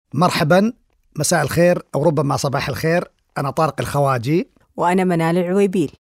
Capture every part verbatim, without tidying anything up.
مرحبا، مساء الخير أو ربما صباح الخير. أنا طارق الخواجي وأنا منال العويبيل.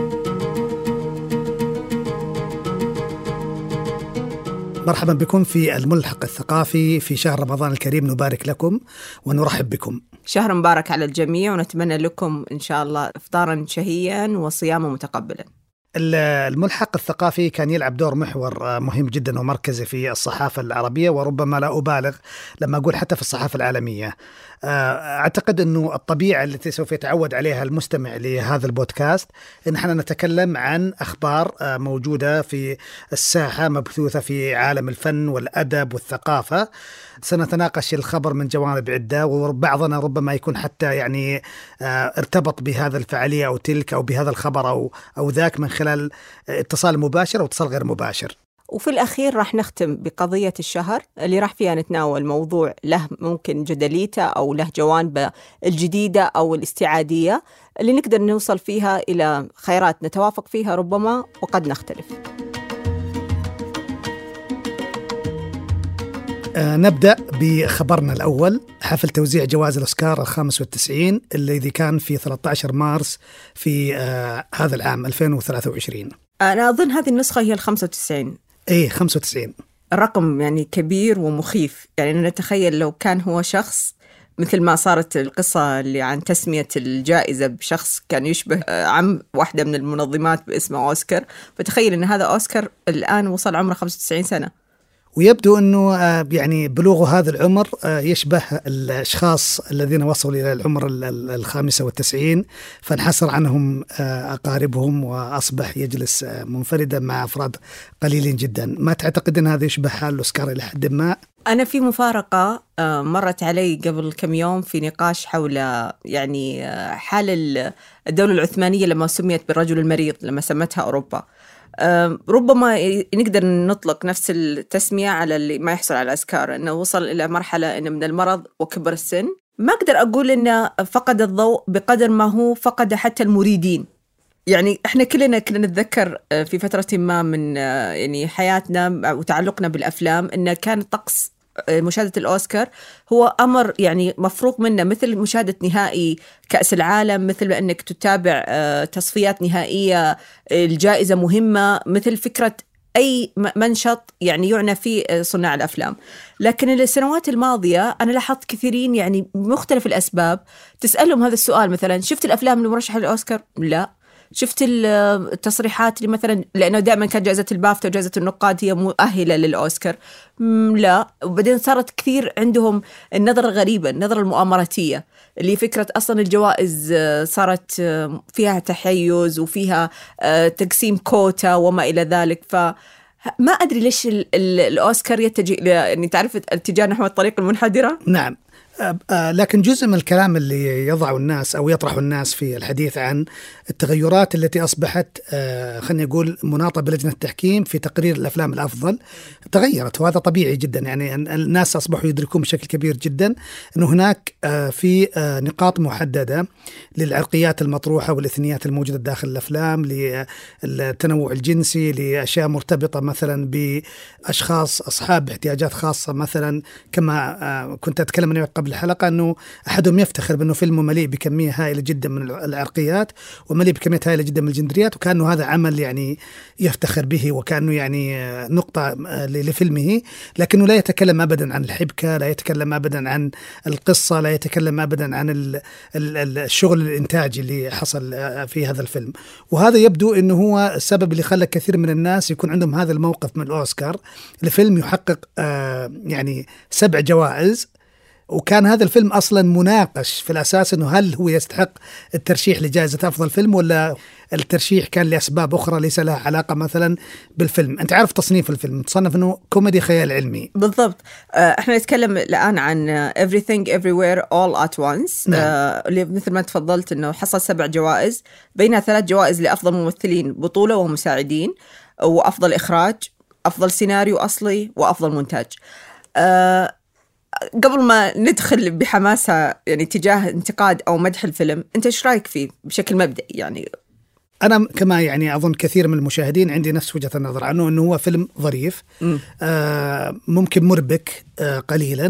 مرحبا بكم في الملحق الثقافي في شهر رمضان الكريم. نبارك لكم ونرحب بكم. شهر مبارك على الجميع، ونتمنى لكم إن شاء الله إفطارا شهيا وصياما متقبلا. الملحق الثقافي كان يلعب دور محور مهم جدا ومركزي في الصحافة العربية، وربما لا أبالغ لما أقول حتى في الصحافة العالمية. أعتقد أنه الطبيعة التي سوف يتعود عليها المستمع لهذا البودكاست إن احنا نتكلم عن أخبار موجودة في الساحة مبثوثة في عالم الفن والأدب والثقافة. سنتناقش الخبر من جوانب عدة، وبعضنا ربما يكون حتى يعني ارتبط بهذا الفعالية أو تلك أو بهذا الخبر أو أو ذاك من خلال اتصال مباشر أو اتصال غير مباشر. وفي الأخير راح نختم بقضية الشهر اللي راح فيها نتناول موضوع له ممكن جدليته أو له جوانب الجديدة أو الاستعادية اللي نقدر نوصل فيها إلى خيرات نتوافق فيها ربما وقد نختلف. آه نبدأ بخبرنا الأول. حفل توزيع جوائز الأوسكار الخامس والتسعين الذي كان في ثلاثة عشر مارس في آه هذا العام ألفين وثلاثة وعشرين. أنا أظن هذه النسخة هي الخمسة وتسعين. إيه خمسة وتسعين. الرقم يعني كبير ومخيف، يعني نتخيل لو كان هو شخص مثل ما صارت القصة اللي عن تسمية الجائزة بشخص كان يشبه عم واحدة من المنظمات باسمه أوسكار، فتخيل أن هذا أوسكار الآن وصل عمره خمسة وتسعين سنة. ويبدو أنه يعني بلوغ هذا العمر يشبه الأشخاص الذين وصلوا إلى العمر الخامسة والتسعين فانحسر عنهم أقاربهم وأصبح يجلس منفردا مع أفراد قليلين جدا. ما تعتقد أن هذا يشبه حال الأوسكار إلى حد ما؟ أنا في مفارقة مرت علي قبل كم يوم في نقاش حول يعني حال الدولة العثمانية لما سميت بالرجل المريض لما سمتها أوروبا. ربما نقدر نطلق نفس التسمية على اللي ما يحصل على الأوسكار، أنه وصل إلى مرحلة إنه من المرض وكبر السن. ما أقدر أقول إنه فقد الضوء بقدر ما هو فقد حتى المريدين. يعني إحنا كلنا كنا نتذكر في فترة ما من يعني حياتنا وتعلقنا بالأفلام إنه كان طقس مشاهدة الأوسكار هو أمر يعني مفروغ منه، مثل مشاهدة نهائي كأس العالم، مثل أنك تتابع تصفيات نهائية الجائزة مهمة، مثل فكرة أي منشط يعني يعنى فيه صناع الأفلام. لكن السنوات الماضية أنا لاحظت كثيرين يعني بمختلف الأسباب تسألهم هذا السؤال، مثلا شفت الأفلام المرشحة للأوسكار؟ لا. شفت التصريحات اللي مثلا لأنه دائما كانت جائزة البافتا وجائزة النقاد هي مؤهلة للأوسكار؟ لا. وبعدين صارت كثير عندهم النظرة الغريبة، النظرة المؤامراتية، اللي فكرة أصلا الجوائز صارت فيها تحيز وفيها تقسيم كوتا وما إلى ذلك. فما أدري ليش الأوسكار يتجه يعني تعرف اتجاه نحو الطريق المنحدرة. نعم، لكن جزء من الكلام اللي يضع الناس أو يطرح الناس في الحديث عن التغيرات التي أصبحت خلينا نقول مناطة بلجنة التحكيم في تقرير الأفلام الأفضل تغيرت، وهذا طبيعي جدا. يعني الناس أصبحوا يدركون بشكل كبير جدا أنه هناك في نقاط محددة للعرقيات المطروحة والإثنيات الموجودة داخل الأفلام، للتنوع الجنسي، لأشياء مرتبطة مثلا بأشخاص أصحاب احتياجات خاصة. مثلا كما كنت أتكلم أنا قبل الحلقة أنه أحدهم يفتخر بأنه فيلم مليء بكمية هائلة جدا من العرقيات ومليء بكمية هائلة جدا من الجندريات، وكأنه هذا عمل يعني يفتخر به وكأنه يعني نقطة لفيلمه، لكنه لا يتكلم أبدا عن الحبكة، لا يتكلم أبدا عن القصة، لا يتكلم أبدا عن الشغل الإنتاجي اللي حصل في هذا الفيلم. وهذا يبدو أنه هو السبب اللي خلى كثير من الناس يكون عندهم هذا الموقف من الأوسكار. الفيلم يحقق يعني سبع جوائز، وكان هذا الفيلم أصلا مناقش في الأساس أنه هل هو يستحق الترشيح لجائزة أفضل فيلم ولا الترشيح كان لأسباب أخرى ليس لها علاقة مثلا بالفيلم. أنت عارف تصنيف الفيلم تصنف أنه كوميدي خيال علمي. بالضبط. احنا نتكلم الآن عن Everything Everywhere All at Once. نعم. اللي مثل ما تفضلت أنه حصل سبع جوائز، بينها ثلاث جوائز لأفضل ممثلين بطولة ومساعدين، وأفضل إخراج، أفضل سيناريو أصلي، وأفضل مونتاج. أه قبل ما ندخل بحماسة يعني تجاه انتقاد أو مدح الفيلم، أنت إيش رأيك فيه بشكل مبدئي؟ يعني أنا كما يعني أظن كثير من المشاهدين عندي نفس وجهة النظر عنه، أنه هو فيلم ظريف، آه ممكن مربك آه قليلا،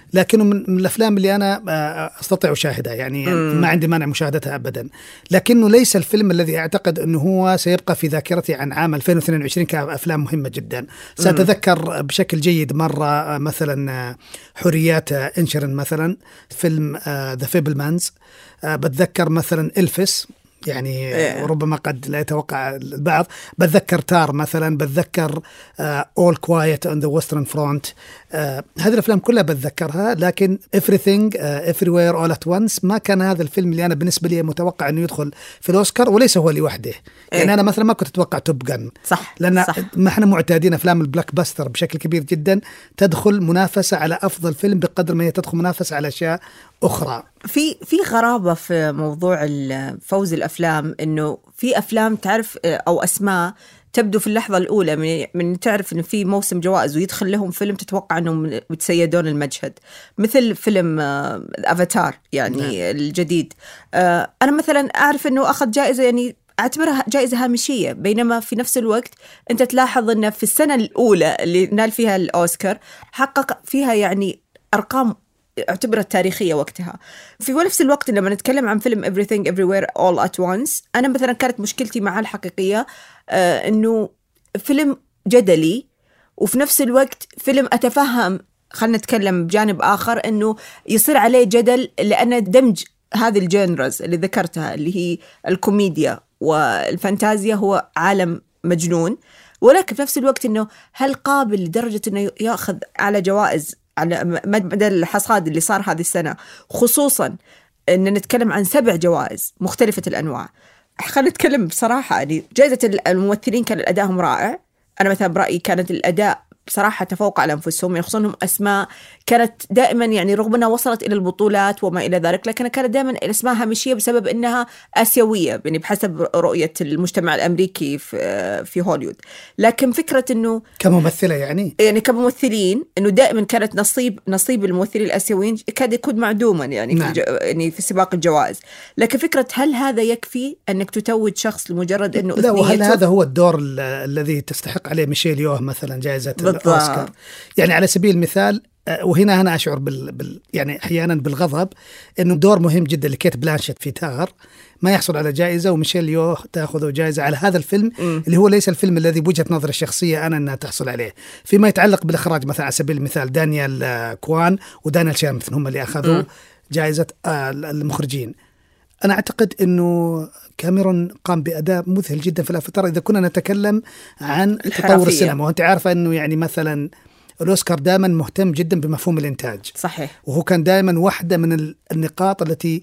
لكنه من الأفلام اللي أنا أستطيع أشاهدها، يعني مم. ما عندي مانع مشاهدتها أبدا، لكنه ليس الفيلم الذي أعتقد أنه هو سيبقى في ذاكرتي عن عام ألفين واثنين وعشرين كأفلام مهمة جدا. سأتذكر بشكل جيد مرة مثلا حريات إنشرن مثلا، فيلم ذا فيبلمانز، بتذكر مثلا إلفيس، يعني إيه. ربما قد لا يتوقع البعض. بتذكر تار مثلا، بتذكر All Quiet on the Western Front. آه هذه الأفلام كلها بتذكرها، لكن Everything uh, Everywhere All at Once ما كان هذا الفيلم اللي أنا بالنسبة لي متوقع أنه يدخل في الأوسكار، وليس هو لوحده. إيه. يعني أنا مثلا ما كنت أتوقع توب جن، صح، لأن صح. ما احنا معتادين أفلام البلاك باستر بشكل كبير جدا تدخل منافسة على أفضل فيلم بقدر ما هي تدخل منافسة على أشياء أخرى. في في غرابة في موضوع فوز الأفلام، إنه في أفلام تعرف أو أسماء تبدو في اللحظة الأولى من, من تعرف إنه في موسم جوائز ويدخل لهم فيلم تتوقع إنهم يتسيدون المشهد، مثل فيلم أفاتار يعني نعم. الجديد. أنا مثلا أعرف إنه أخذ جائزة، يعني أعتبرها جائزة هامشية، بينما في نفس الوقت أنت تلاحظ إنه في السنة الأولى اللي نال فيها الأوسكار حقق فيها يعني أرقام اعتبرت تاريخية وقتها. في نفس الوقت لما نتكلم عن فيلم Everything Everywhere All at Once، أنا مثلا كانت مشكلتي معه الحقيقية آه إنه فيلم جدلي، وفي نفس الوقت فيلم أتفهم، خلنا نتكلم بجانب آخر، إنه يصير عليه جدل لأن دمج هذه الجينرز اللي ذكرتها اللي هي الكوميديا والفانتازيا هو عالم مجنون، ولكن في نفس الوقت إنه هل قابل لدرجة إنه يأخذ على جوائز على مدى الحصاد اللي صار هذه السنة، خصوصا أن نتكلم عن سبع جوائز مختلفة الأنواع. خلينا نتكلم بصراحة، يعني جائزة الممثلين كان أدائهم رائع. أنا مثلا برأيي كانت الأداء بصراحة تفوق على أنفسهم، يعني خصوصا أسماء كانت دائما يعني رغم أنها وصلت إلى البطولات وما إلى ذلك، لكن كانت دائما الأسماء هامشية بسبب أنها آسيوية، يعني بحسب رؤية المجتمع الأمريكي في في هوليوود. لكن فكرة أنه كممثلة يعني يعني كممثلين أنه دائما كانت نصيب نصيب الممثلين الآسيويين كاد يكون معدوما يعني نعم. في يعني في سباق الجوائز. لكن فكرة هل هذا يكفي أنك تتوج شخص لمجرد أنه لا، وهل هذا هو الدور الذي تستحق عليه ميشيل يوه مثلا جائزة الأوسكار؟ يعني على سبيل المثال، وهنا أنا أشعر بال... بال... يعني أحيانا بالغضب إنه دور مهم جدا لكيت بلانشيت في تار ما يحصل على جائزة، وميشيل يوه تأخذ جائزة على هذا الفيلم م. اللي هو ليس الفيلم الذي بوجهة نظر الشخصية أنا أنها تحصل عليه. فيما يتعلق بالإخراج مثلا على سبيل المثال دانيال كوان ودانيال شيرمثن هم اللي أخذوا م. جائزة المخرجين. أنا أعتقد أنه كاميرون قام بأداء مذهل جدا في الأفاتار إذا كنا نتكلم عن تطور السينما، وأنت عارفة أنه يعني مثلا الأوسكار دائما مهتم جدا بمفهوم الإنتاج، صحيح، وهو كان دائما واحدة من النقاط التي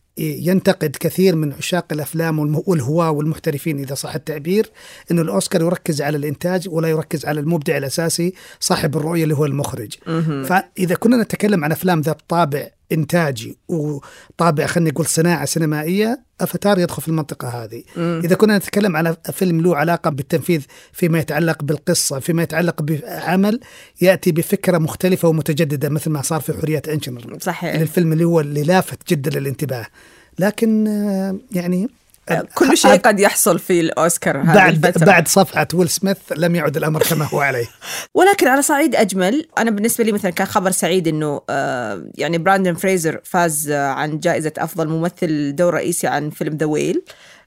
ينتقد كثير من عشاق الأفلام والهواة والمحترفين إذا صح التعبير، أنه الأوسكار يركز على الإنتاج ولا يركز على المبدع الأساسي صاحب الرؤية اللي هو المخرج. م- فإذا كنا نتكلم عن أفلام ذات طابع إنتاجي وطابع خلينا نقول صناعة سينمائية، أفاتار يدخل في المنطقة هذه. م. إذا كنا نتكلم على فيلم له علاقة بالتنفيذ فيما يتعلق بالقصة، فيما يتعلق بعمل يأتي بفكرة مختلفة ومتجددة مثل ما صار في حرية إنشنر، صحيح، الفيلم اللي هو اللي لافت جدا للانتباه. لكن يعني كل شيء قد يحصل في الأوسكار هذه بعد الفترة. بعد صفحة ويل سميث لم يعد الأمر كما هو عليه. ولكن على صعيد أجمل، أنا بالنسبة لي مثلا كان خبر سعيد إنه آه يعني براندن فريزر فاز عن جائزة أفضل ممثل دور رئيسي عن فيلم ذا ويل.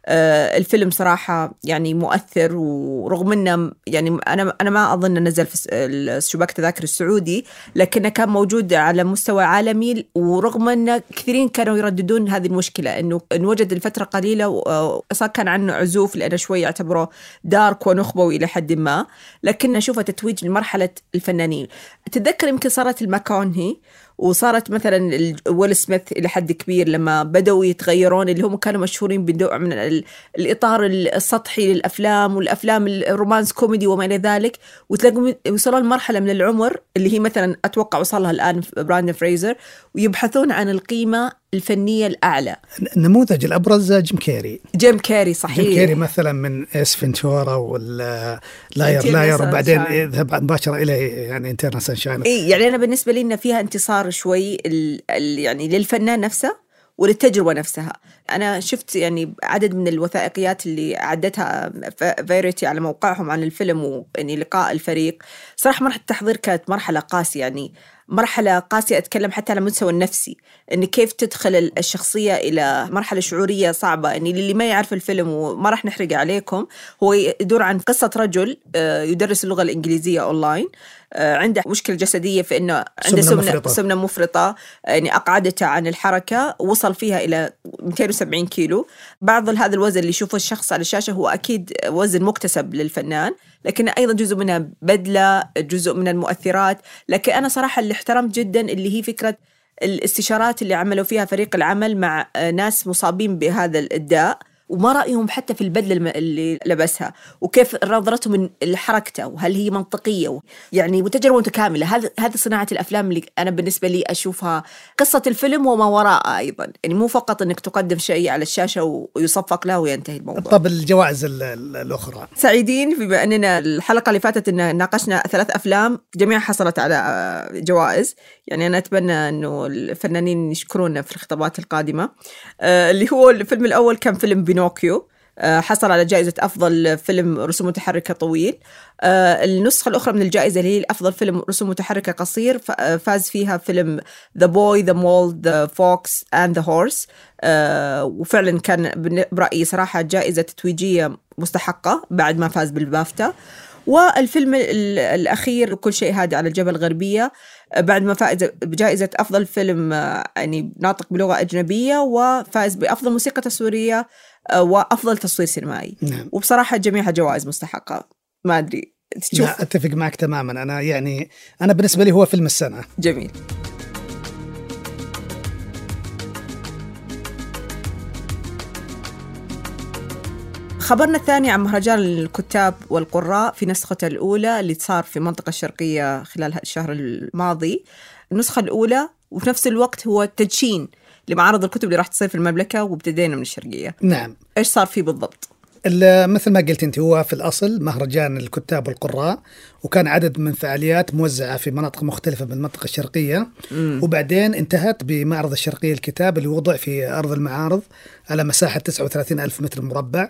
آه الفيلم صراحة يعني مؤثر، ورغم أنه يعني أنا أنا ما أظن نزل في شباك تذاكر السعودي، لكنه كان موجود على مستوى عالمي، ورغم أن كثيرين كانوا يرددون هذه المشكلة إنه نوجد الفترة قليلة وصار كان عنه عزوف لأنه شوي يعتبره دارك ونخبوي إلى حد ما، لكن أشوفه تتويج لمرحلة الفنانين. تتذكر يمكن صارت الماكونهي وصارت مثلا ويل سميث إلى حد كبير لما بدأوا يتغيرون، اللي هم كانوا مشهورين بنوع من الإطار السطحي للأفلام والأفلام الرومانس كوميدي وما إلى ذلك، وتلاقوا وصلوا لمرحلة من العمر اللي هي مثلا أتوقع وصلها الآن براندن فريزر، ويبحثون عن القيمة الفنية الأعلى. النموذج الأبرز جيم كيري. جيم كيري صحيح. جيم كيري مثلا من إس فنتورا ولا لاير لاير وبعدين يذهب مباشرة إلى يعني انترنال سانشاين. إيه يعني أنا بالنسبة لي إن فيها انتصار شوي ال ال يعني للفنان نفسه وللتجربة نفسها. أنا شفت يعني عدد من الوثائقيات اللي عدتها فيريتي على موقعهم عن الفيلم ويعني لقاء الفريق. صراحة مرحلة التحضير كانت مرحلة قاسية، يعني مرحلة قاسية، أتكلم حتى على المستوى النفسي، إن كيف تدخل الشخصية إلى مرحلة شعورية صعبة. إن اللي ما يعرف الفيلم وما راح نحرق عليكم، هو يدور عن قصة رجل يدرس اللغة الإنجليزية أونلاين، عنده مشكلة جسدية في إنه عنده سمنة سمنة, مفرطة. سمنة مفرطة يعني أقعدته عن الحركة، وصل فيها إلى مئتين وسبعين كيلو. بعض هذا الوزن اللي يشوفه الشخص على الشاشة هو أكيد وزن مكتسب للفنان، لكن أيضا جزء منها بدلة، جزء من المؤثرات. لكن أنا صراحة اللي احترمت جدا اللي هي فكرة الاستشارات اللي عملوا فيها فريق العمل مع ناس مصابين بهذا الداء، وما رأيهم حتى في البدلة اللي لبسها، وكيف نظرتهم من حركته، وهل هي منطقية، يعني وتجربة متكاملة. هذا هذا صناعة الأفلام اللي أنا بالنسبة لي أشوفها قصة الفيلم وما وراءه أيضا، يعني مو فقط أنك تقدم شيء على الشاشة ويصفق له وينتهي الموضوع. طب الجوائز الأخرى؟ سعيدين بما أننا الحلقة اللي فاتت إن ناقشنا ثلاث أفلام جميعها حصلت على جوائز، يعني أنا أتمنى أنه الفنانين يشكرونا في الخطابات القادمة. آه اللي هو الفيلم الأول كان فيلم بينوكيو، آه حصل على جائزة أفضل فيلم رسوم متحركة طويل. آه النسخة الأخرى من الجائزة اللي هي أفضل فيلم رسوم متحركة قصير، فاز فيها فيلم The Boy, The Mole, The Fox and The Horse. آه وفعلا كان برأيي صراحة جائزة تتويجية مستحقة بعد ما فاز بالبافتا. والفيلم الأخير كل شيء هادئ على الجبل الغربية، بعد ما فاز بجائزة أفضل فيلم يعني ناطق بلغة أجنبية، وفاز بأفضل موسيقى تصويرية وأفضل تصوير سينمائي. نعم. وبصراحة جميعها جوائز مستحقة. ما أدري تشوف؟ لا أتفق معك تماما. أنا يعني أنا بالنسبة لي هو فيلم السنة. جميل. خبرنا الثاني عن مهرجان الكتاب والقراء في نسخته الأولى اللي صار في المنطقة الشرقية خلال الشهر الماضي. النسخة الأولى وفي نفس الوقت هو تدشين لمعارض الكتب اللي راح تصير في المملكة، وابتدينا من الشرقية. نعم. إيش صار فيه بالضبط؟ مثل ما قلت أنت، هو في الأصل مهرجان الكتاب والقراء، وكان عدد من فعاليات موزعة في مناطق مختلفة من المنطقة الشرقية. م. وبعدين انتهت بمعرض الشرقية الكتاب اللي وضع في أرض المعارض على مساحة تسعة وثلاثين ألف متر مربع.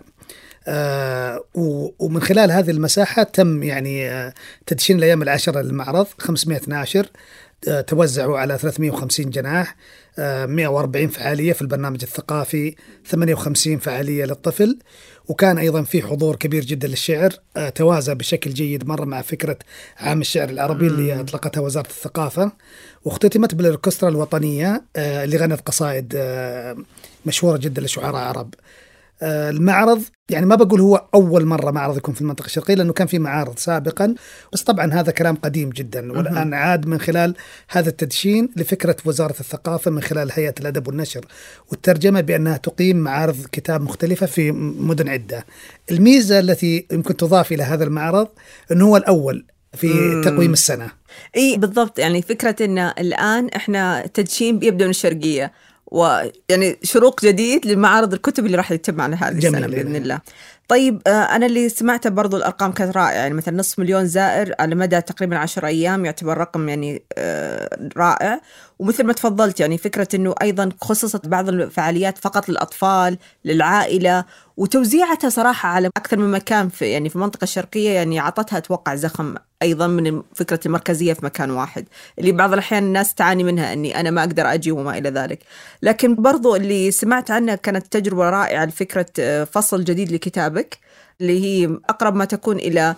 آه ومن خلال هذه المساحة تم يعني آه تدشين الأيام العشرة للمعرض، خمسمائة ناشر آه توزعوا على ثلاثمائة وخمسين جناح، آه مائة وأربعين فعالية في البرنامج الثقافي، ثمانية وخمسين فعالية للطفل. وكان أيضا في حضور كبير جدا للشعر، آه توازى بشكل جيد مرة مع فكرة عام الشعر العربي اللي أطلقتها وزارة الثقافة، واختتمت بالأوركسترا الوطنية آه اللي غنت قصائد آه مشهورة جدا لشعراء عرب. المعرض يعني ما بقول هو أول مرة معرض يكون في المنطقة الشرقية، لأنه كان في معارض سابقا، بس طبعا هذا كلام قديم جدا، والآن عاد من خلال هذا التدشين لفكرة وزارة الثقافة من خلال هيئة الأدب والنشر والترجمة بأنها تقيم معارض كتاب مختلفة في مدن عدة. الميزة التي يمكن تضاف إلى هذا المعرض أنه هو الأول في مم. تقويم السنة. إيه بالضبط، يعني فكرة أن الآن إحنا تدشين بيبدأ من الشرقية، ويعني شروق جديد لمعارض الكتب اللي راح يتم على هذه السنة بإذن الله. طيب أنا اللي سمعته برضو الأرقام كانت رائعة، يعني مثلا نصف مليون زائر على مدى تقريبا عشر أيام، يعتبر رقم يعني رائع. ومثل ما تفضلت يعني فكرة أنه أيضا خصصت بعض الفعاليات فقط للأطفال للعائلة، وتوزيعتها صراحة على أكثر من مكان في يعني في المنطقة الشرقية، يعني عطتها أتوقع زخم أيضا من فكرة المركزية في مكان واحد، اللي بعض الأحيان الناس تعاني منها أني أنا ما أقدر أجي وما إلى ذلك. لكن برضو اللي سمعت عنها كانت تجربة رائعة لفكرة فصل جديد لكتابك، اللي هي أقرب ما تكون إلى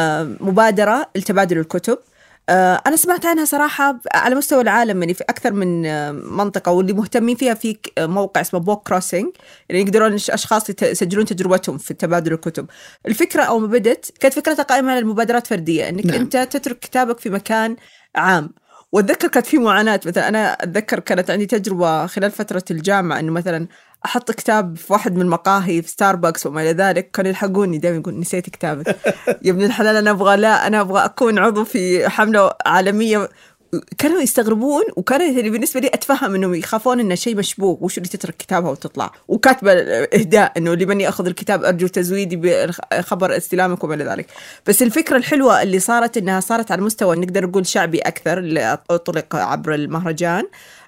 مبادرة لتبادل الكتب. أنا سمعت عنها صراحة على مستوى العالم، يعني في أكثر من منطقة، واللي مهتمين فيها في موقع اسمه بوك كروسنج، يعني يقدرون أشخاص يسجلون تجربتهم في تبادل الكتب. الفكرة أو ما بدت كانت فكرة قائمة على المبادرات فردية، أنك نعم. أنت تترك كتابك في مكان عام. وأتذكر كانت في معاناة، مثلا أنا أتذكر كانت عندي تجربة خلال فترة الجامعة، أنه مثلا أحط كتاب في واحد من المقاهي في ستاربكس وما إلى ذلك، كانوا يلحقوني دائما يقول نسيت كتابك يا ابن الحلال، أنا أبغى لا أنا أبغى أكون عضو في حملة عالمية. كانوا يستغربون، وكانوا يعني بالنسبة لي أتفهم إنهم يخافون إنه شيء مشبوه، وش اللي تترك كتابها وتطلع، وكاتبة إهداء إنه لمن يأخذ الكتاب أرجو تزويدي بخبر استلامك وما إلى ذلك. بس الفكرة الحلوة اللي صارت إنها صارت على مستوى نقدر نقول شعبي أكثر، اللي أطلق عبر المهرجان.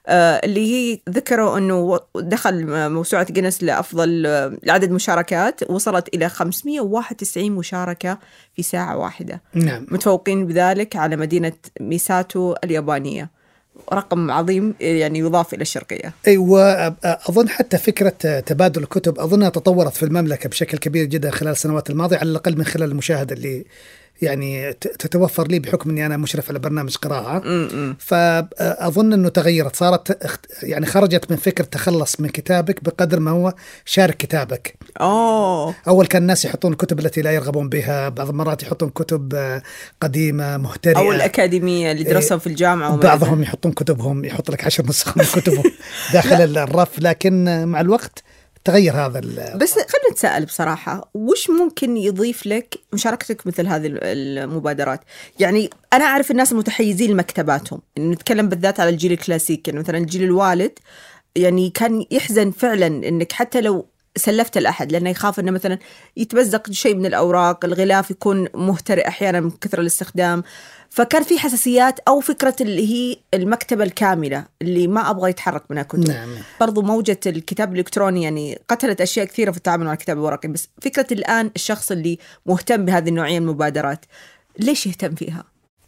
اللي هي ذكروا أنه دخل موسوعة جينيس لأفضل لعدد مشاركات، وصلت إلى خمسمائة وواحد وتسعين مشاركة في ساعة واحدة. نعم. متفوقين بذلك على مدينة ميساتو اليابانية، رقم عظيم يعني يضاف إلى الشرقية. أي، وأظن حتى فكرة تبادل الكتب أظنها تطورت في المملكة بشكل كبير جدا خلال السنوات الماضية، على الأقل من خلال المشاهدة اللي يعني تتوفر لي بحكم أني أنا مشرف على برنامج قراءة. م-م. فأظن أنه تغيرت، صارت يعني خرجت من فكرة تخلص من كتابك بقدر ما هو شارك كتابك. أوه. أول كان الناس يحطون الكتب التي لا يرغبون بها، بعض المرات يحطون كتب قديمة مهترئة أو الأكاديمية اللي درسوا في الجامعة، بعضهم يحطون كتبهم يحط لك عشر نسخ من كتبه داخل الرف، لكن مع الوقت تغير هذا. بس خلينا نتساءل بصراحة، وش ممكن يضيف لك مشاركتك مثل هذه المبادرات؟ يعني أنا أعرف الناس المتحيزين لمكتباتهم، إن نتكلم بالذات على الجيل الكلاسيكي، يعني مثلا الجيل الوالد يعني كان يحزن فعلا إنك حتى لو سلفت الأحد، لأنه يخاف إنه مثلا يتمزق شيء من الأوراق، الغلاف يكون مهترئ أحيانا من كثر الاستخدام، فكان في حساسيات، أو فكرة اللي هي المكتبة الكاملة اللي ما أبغى يتحرك منها كتب. نعم. برضو موجة الكتاب الإلكتروني يعني قتلت أشياء كثيرة في التعامل مع الكتاب الورقي، بس فكرة الآن الشخص اللي مهتم بهذه النوعية من المبادرات ليش يهتم فيها؟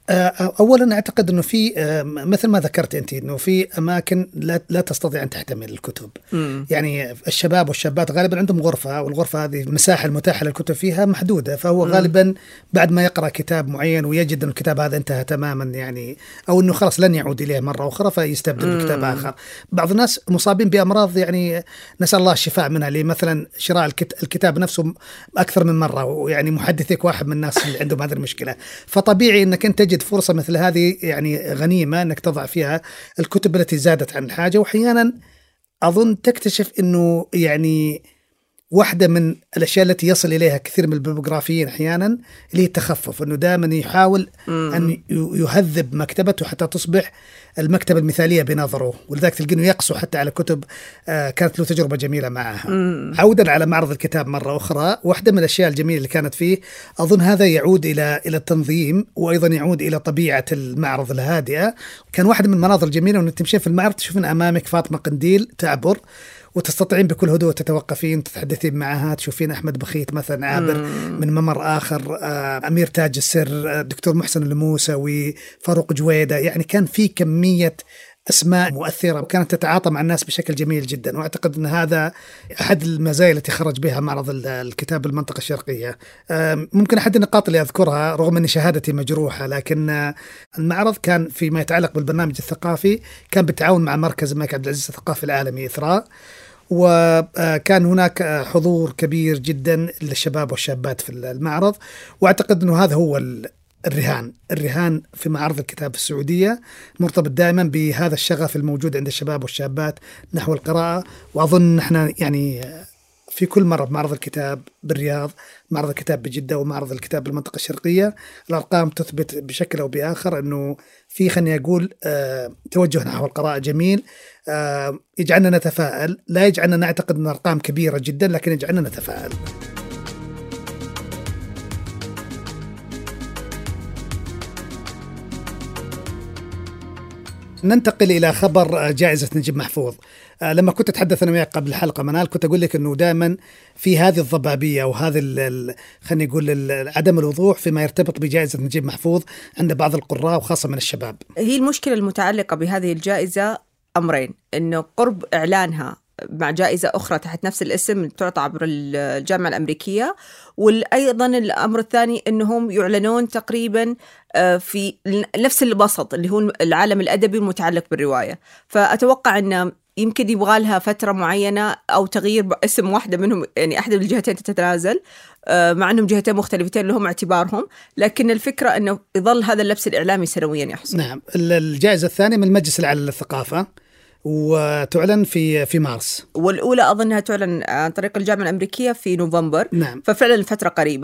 أولا أعتقد أنه في مثل ما ذكرت أنت أنه في أماكن لا, لا تستطيع أن تحتمل الكتب. م. يعني الشباب والشابات غالبا عندهم غرفة، والغرفة هذه المساحة المتاحة للكتب فيها محدودة، فهو م. غالبا بعد ما يقرأ كتاب معين ويجد أن الكتاب هذا انتهى تماما يعني، أو أنه خلاص لن يعود إليه مرة أخرى، فيستبدل بكتاب آخر. بعض الناس مصابين بأمراض يعني نسأل الله الشفاء منها، اللي مثلا شراء الكتاب نفسه أكثر من مرة، ويعني محدثك واحد من الناس اللي عندهم هذه المشكلة، فطبيعي أنك أنت تجد فرصة مثل هذه يعني غنيمة أنك تضع فيها الكتب التي زادت عن الحاجة. وأحيانا أظن تكتشف أنه يعني واحدة من الأشياء التي يصل إليها كثير من البيبلوغرافيين أحيانا اللي هي التخفف، أنه دائما يحاول مم. أن يهذب مكتبته حتى تصبح المكتبة المثالية بنظره، ولذلك تلقى أنه يقسو حتى على كتب آه كانت له تجربة جميلة معها. مم. عودا على معرض الكتاب مرة أخرى، واحدة من الأشياء الجميلة اللي كانت فيه أظن هذا يعود إلى إلى التنظيم، وأيضا يعود إلى طبيعة المعرض الهادئة. كان واحد من المناظر الجميلة أنه تمشي في المعرض تشوفين أمامك فاطمة قنديل تعبر، وتستطيعين بكل هدوء تتوقفين تتحدثين معها، تشوفين أحمد بخيت مثلا عابر مم. من ممر آخر، أمير تاج السر، دكتور محسن الموسوي، فاروق جويدة. يعني كان في كمية أسماء مؤثرة وكانت تتعاطى مع الناس بشكل جميل جدا، وأعتقد أن هذا أحد المزايا التي خرج بها معرض الكتاب المنطقة الشرقية. ممكن أحد النقاط اللي أذكرها رغم أن شهادتي مجروحة، لكن المعرض كان فيما يتعلق بالبرنامج الثقافي كان بالتعاون مع مركز الملك عبد العزيز الثقافي العالمي إثراء، وكان هناك حضور كبير جدا للشباب والشابات في المعرض. وأعتقد أنه هذا هو الرهان الرهان في معرض الكتاب في السعودية، مرتبط دائما بهذا الشغف الموجود عند الشباب والشابات نحو القراءة. وأظن نحن يعني في كل مرة بمعرض الكتاب بالرياض، معرض الكتاب بجدة، ومعرض الكتاب بالمنطقة الشرقية، الأرقام تثبت بشكل أو بآخر أنه في خليني أقول آه توجه نحو القراءة جميل، آه يجعلنا نتفائل، لا يجعلنا نعتقد أن الأرقام كبيرة جدا، لكن يجعلنا نتفائل. ننتقل إلى خبر جائزة نجيب محفوظ. لما كنت أتحدث أنا وياك قبل الحلقة منال كنت أقول لك أنه دائما في هذه الضبابية وهذا خلينا نقول عدم الوضوح فيما يرتبط بجائزة نجيب محفوظ عند بعض القراء وخاصة من الشباب. هي المشكلة المتعلقة بهذه الجائزة أمرين، أنه قرب إعلانها مع جائزة أخرى تحت نفس الاسم تعطى عبر الجامعة الأمريكية، وأيضا الأمر الثاني أنهم يعلنون تقريبا في نفس البسط اللي هو العالم الأدبي المتعلق بالرواية. فأتوقع أن يمكن يبغى لها فترة معينة أو تغيير اسم واحدة منهم، يعني أحد الجهتين تتنازل مع أنهم جهتين مختلفتين لهم اعتبارهم، لكن الفكرة أنه يظل هذا اللبس الإعلامي سنويا يحصل. نعم. الجائزة الثانية من المجلس الأعلى للثقافة وتعلن في في مارس، والأولى أظنها تعلن عن طريق الجامعة الأمريكية في نوفمبر. نعم. ففعلا الفترة قريبة.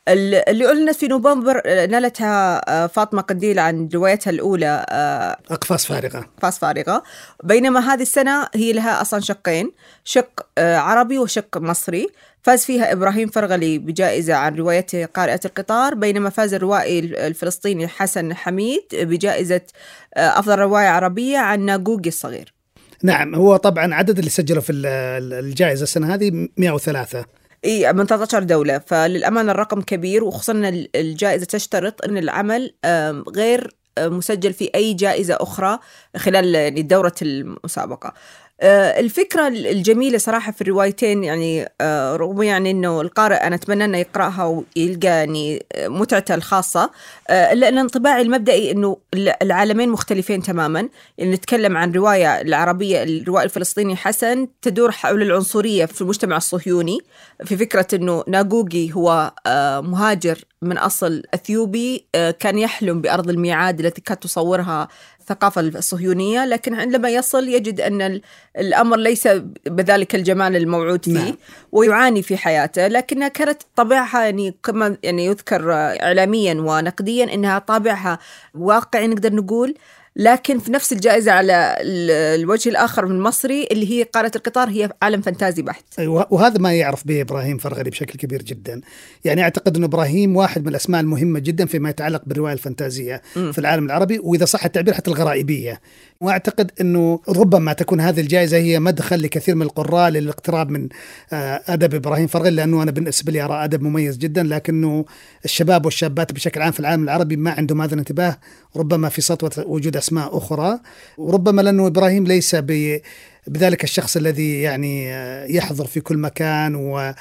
اللي أعلنت في نوفمبر نالتها فاطمة قنديل عن روايتها الأولى أقفاص فارغة. أقفاص فارغة، بينما هذه السنة هي لها أصلا شقين، شق عربي وشق مصري. فاز فيها إبراهيم فرغلي بجائزة عن روايته قارئة القطار، بينما فاز الروائي الفلسطيني حسن حميد بجائزة أفضل رواية عربية عن ناقوقي الصغير. نعم، هو طبعا عدد اللي سجلوا في الجائزة السنة هذه مئة وثلاثة إيه من ثلاثة عشر دولة، فللأمانة الرقم كبير، وخصوصا أن الجائزة تشترط أن العمل غير مسجل في أي جائزة أخرى خلال يعني دورة المسابقة. الفكرة الجميلة صراحة في الروايتين، يعني رغم يعني أنه القارئ أنا أتمنى أنه يقرأها ويلقى يعني متعته الخاصة، إلا أن انطباعي المبدئي أنه العالمين مختلفين تماما. يعني نتكلم عن رواية العربية، الروائي الفلسطيني حسن تدور حول العنصرية في المجتمع الصهيوني، في فكرة أنه ناقوقي هو مهاجر من أصل أثيوبي كان يحلم بأرض الميعاد التي كانت تصورها الثقافة الصهيونية، لكن عندما يصل يجد أن الأمر ليس بذلك الجمال الموعود فيه. نعم. ويعاني في حياته، لكنها كانت طابعها يعني كما يعني يذكر إعلاميا ونقديا أنها طابعها واقعي نقدر نقول، لكن في نفس الجائزة على الوجه الآخر من المصري اللي هي قارئة القطار هي عالم فانتازي بحت. وهذا ما يعرف به إبراهيم فرغلي بشكل كبير جدا. يعني أعتقد أن إبراهيم واحد من الأسماء المهمة جدا فيما يتعلق بالرواية الفانتازية م. في العالم العربي، وإذا صح التعبير حتى الغرائبية. وأعتقد أنه ربما تكون هذه الجائزة هي مدخل لكثير من القراء للاقتراب من أدب إبراهيم فرغلي، لأنه أنا بالنسبة لي أرى أدب مميز جدا، لكنه الشباب والشابات بشكل عام في العالم العربي ما عندهم هذا الانتباه، ربما في سطوة وجود أسماء أخرى، وربما لأنه إبراهيم ليس بذلك الشخص الذي يعني يحضر في كل مكان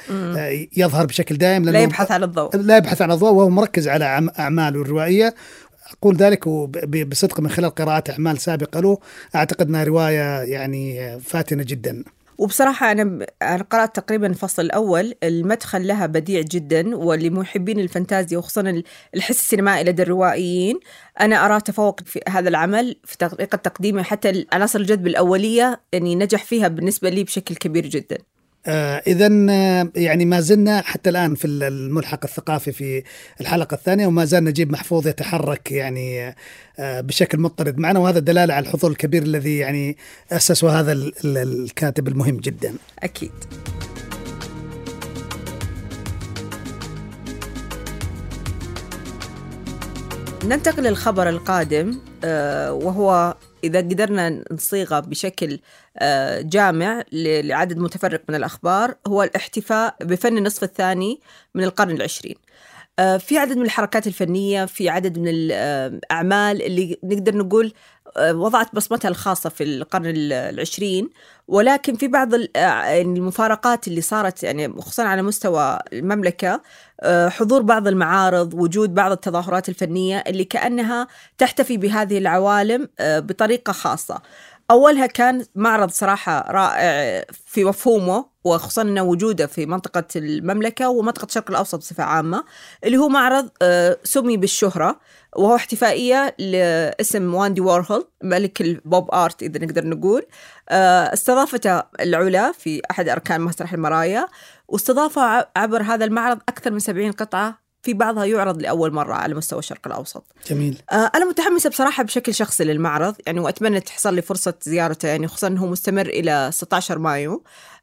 ويظهر بشكل دائم، لا يبحث عن الضوء لا يبحث عن الضوء وهو مركز على أعماله الروائية. أقول ذلك بصدق من خلال قراءة أعمال سابقة له، أعتقد أنها رواية يعني فاتنة جدا. وبصراحة أنا أنا قرأت تقريبا الفصل الأول، المدخل لها بديع جدا، ولمحبين الفانتازيا وخصوصا الحس السينمائي لدى الروائيين أنا أرى تفوق في هذا العمل في طريقة تقديمه، حتى العناصر الجذب الأولية يعني نجح فيها بالنسبة لي بشكل كبير جدا. آه إذن آه يعني ما زلنا حتى الآن في الملحق الثقافي في الحلقة الثانية، وما زال نجيب محفوظ يتحرك يعني آه بشكل مضطرد معنا، وهذا دلالة على الحضور الكبير الذي يعني أسسه هذا الكاتب المهم جدا. أكيد. ننتقل للخبر القادم، آه وهو إذا قدرنا نصيغه بشكل جامع لعدد متفرق من الأخبار، هو الاحتفاء بفن النصف الثاني من القرن العشرين. في عدد من الحركات الفنية، في عدد من الأعمال اللي نقدر نقول وضعت بصمتها الخاصة في القرن العشرين، ولكن في بعض المفارقات اللي صارت يعني خصوصا على مستوى المملكة، حضور بعض المعارض، وجود بعض التظاهرات الفنية اللي كأنها تحتفي بهذه العوالم بطريقة خاصة. أولها كان معرض صراحة رائع في مفهومه، وخصوصا أنه وجوده في منطقة المملكة ومنطقة الشرق الأوسط بصفة عامة، اللي هو معرض سمي بالشهرة، وهو احتفائية لاسم واندي وورهول ملك البوب آرت إذا نقدر نقول. استضافته العلا في أحد أركان مسرح المرايا، واستضافه عبر هذا المعرض أكثر من سبعين قطعة، في بعضها يعرض لأول مرة على مستوى الشرق الأوسط. جميل. أنا متحمسة بصراحة بشكل شخصي للمعرض يعني، وأتمنى تحصل لي فرصة زيارته يعني، خصوصا أنه مستمر إلى ستة عشر مايو.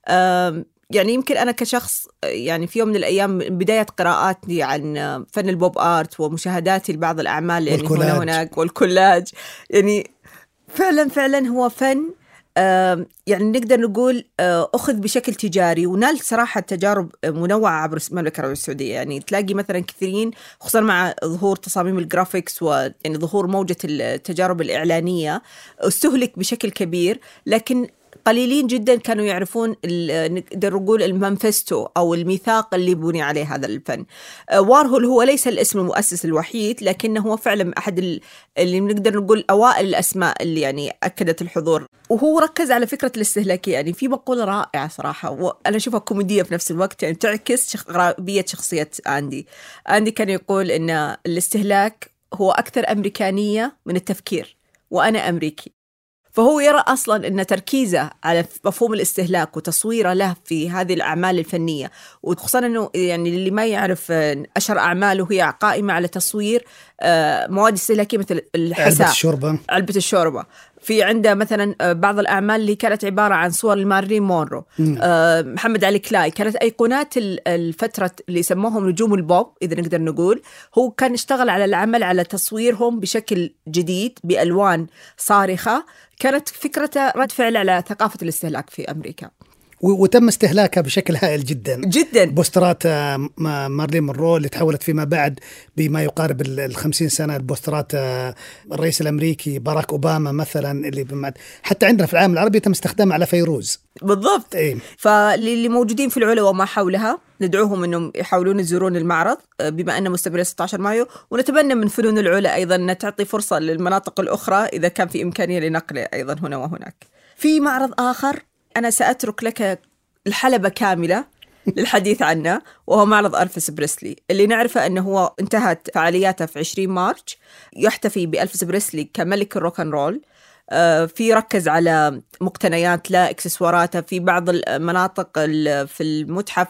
يعني يمكن أنا كشخص يعني في يوم من الأيام بداية قراءاتي عن فن البوب آرت ومشاهداتي لبعض الأعمال يعني هنا هناك والكولاج، يعني فعلا فعلا هو فن يعني نقدر نقول أخذ بشكل تجاري، ونال صراحة تجارب منوعة عبر المملكة العربية السعودية. يعني تلاقي مثلا كثيرين خصوصا مع ظهور تصاميم الجرافيكس ويعني ظهور موجة التجارب الإعلانية استهلك بشكل كبير، لكن قليلين جدا كانوا يعرفون نقدر نقول المانفستو أو الميثاق اللي بني عليه هذا الفن. وارهول هو ليس الاسم المؤسس الوحيد، لكنه هو فعلا أحد اللي نقدر نقول أوائل الأسماء اللي يعني أكدت الحضور، وهو ركز على فكرة الاستهلاكية. يعني في مقولة رائعة صراحة وأنا أشوفها كوميدية في نفس الوقت، يعني تعكس غرابية شخصية أندي. أندي كان يقول إن الاستهلاك هو أكثر أمريكانية من التفكير، وأنا أمريكي. فهو يرى أصلا أن تركيزه على مفهوم الاستهلاك وتصويره له في هذه الأعمال الفنية، وخصوصا أنه يعني اللي ما يعرف أشهر أعماله هي قائمة على تصوير مواد استهلاكية مثل الحساء، علبة الشوربة علبة الشوربة في عنده مثلا بعض الأعمال اللي كانت عبارة عن صور مارلين مونرو، آه محمد علي كلاي، كانت أيقونات الفترة اللي يسموهم نجوم البوب إذا نقدر نقول. هو كان اشتغل على العمل على تصويرهم بشكل جديد بألوان صارخة، كانت فكرته رد فعل على ثقافة الاستهلاك في أمريكا، وتم استهلاكها بشكل هائل جدا جدا. بوسترات مارلين مونرو اللي تحولت فيما بعد بما يقارب الخمسين سنة البوسترات الرئيس الأمريكي باراك أوباما مثلا، اللي بمعد حتى عندنا في العالم العربي تم استخدامها على فيروز. بالضبط. إيه؟ فاللي موجودين في العلا وما حولها ندعوهم أنهم يحاولون يزورون المعرض بما أنه مستمر ستة عشر مايو، ونتمنى من فنون العلا أيضا أن تعطي فرصة للمناطق الأخرى إذا كان في إمكانية لنقله أيضا هنا وهناك. في معرض آخر أنا سأترك لك الحلبة كاملة للحديث عنه، وهو معرض ألفيس بريسلي، اللي نعرفه أنه هو انتهت فعالياته في عشرين مارس، يحتفي بألفيس بريسلي كملك الروك أند رول. في ركز على مقتنيات لا إكسسواراته في بعض المناطق في المتحف.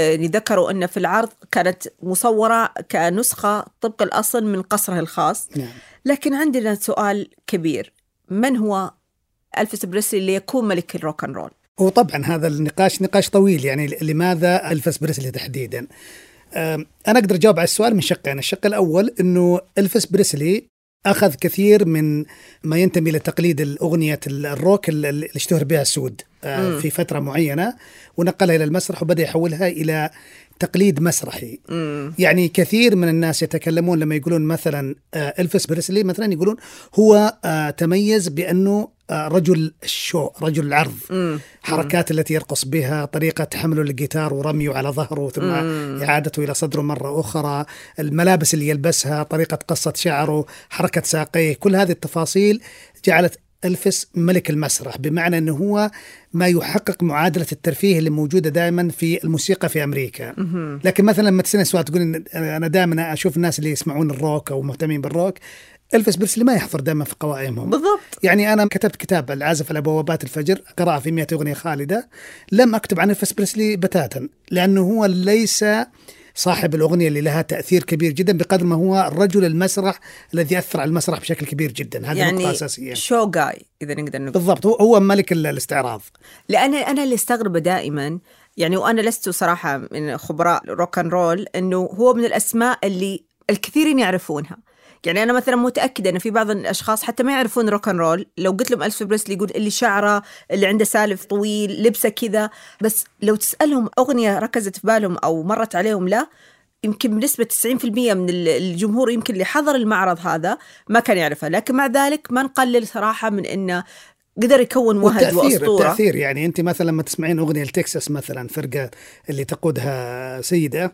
ذكروا أن في العرض كانت مصورة كنسخة طبق الأصل من قصره الخاص. لكن عندنا سؤال كبير، من هو ألفيس بريسلي اللي يكون ملك الروك أند رول؟ وطبعا هذا النقاش نقاش طويل، يعني لماذا ألفيس بريسلي تحديدا؟ أنا أقدر أجاوب على السؤال من شقين. الشق الأول أنه ألفيس بريسلي أخذ كثير من ما ينتمي لتقليد الأغنية الروك اللي اشتهر بها السود في فترة معينة، ونقلها إلى المسرح وبدأ يحولها إلى تقليد مسرحي. مم. يعني كثير من الناس يتكلمون لما يقولون مثلا ألفيس بريسلي مثلا يقولون هو تميز بأنه رجل الشو، رجل العرض. مم. حركات التي يرقص بها، طريقة حمله للجيتار ورميه على ظهره ثم مم. إعادته إلى صدره مرة أخرى، الملابس اللي يلبسها، طريقة قصة شعره، حركة ساقيه، كل هذه التفاصيل جعلت ألفيس ملك المسرح، بمعنى أنه هو ما يحقق معادلة الترفيه اللي موجودة دائما في الموسيقى في أمريكا. مم. لكن مثلا لما تسألني سؤال تقول أنا دائما أشوف الناس اللي يسمعون الروك أو مهتمين بالروك، ألفيس بريسلي ما يحضر دائما في قوائمهم. بالضبط. يعني أنا كتبت كتاب العازف على بوابات الفجر، قراءة في مئة أغنية خالدة، لم أكتب عن ألفيس بريسلي بتاتا، لأنه هو ليس صاحب الأغنية اللي لها تأثير كبير جدا بقدر ما هو رجل المسرح الذي أثر على المسرح بشكل كبير جدا. هذه يعني نقطة أساسية. شو جاي إذا نقدر نقول. بالضبط، هو ملك الاستعراض. لأن أنا اللي استغرب دائما، يعني وأنا لست صراحة من خبراء روك أند رول، إنه هو من الأسماء اللي الكثيرين يعرفونها. يعني أنا مثلا متأكدة أن في بعض الأشخاص حتى ما يعرفون روك أند رول، لو قلت لهم ألفيس بريسلي يقول اللي شعره، اللي عنده سالف طويل، لبسه كذا، بس لو تسألهم أغنية ركزت في بالهم أو مرت عليهم، لا، يمكن بنسبة تسعين بالمئة من الجمهور يمكن اللي حضر المعرض هذا ما كان يعرفها. لكن مع ذلك ما نقلل صراحة من إنه قدر يكون مهد وأسطورة. التأثير يعني أنت مثلا لما تسمعين أغنية التكساس مثلا، فرقة اللي تقودها سيدة،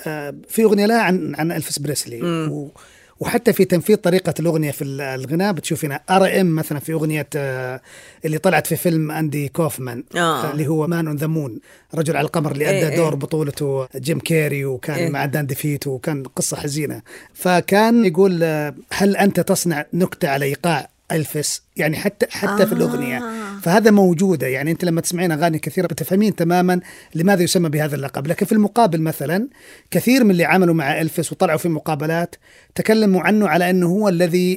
في أغنية لها عن عن ألفيس بريسلي، و وحتى في تنفيذ طريقة الأغنية في الغناء بتشوفينها. آر إم مثلا في أغنية اللي طلعت في فيلم أندي كوفمان آه. اللي هو مان أون ذا مون، رجل على القمر، اللي أدى إيه دور إيه. بطولته جيم كيري، وكان إيه. مع دان ديفيتو، وكان قصة حزينة. فكان يقول هل أنت تصنع نكتة على إيقاع ألفيس؟ يعني حتى حتى آه. في الأغنية، فهذا موجودة. يعني أنت لما تسمعين أغاني كثيرة بتفهمين تماما لماذا يسمى بهذا اللقب. لكن في المقابل مثلا كثير من اللي عملوا مع ألفيس وطلعوا في مقابلات تكلموا عنه على أنه هو الذي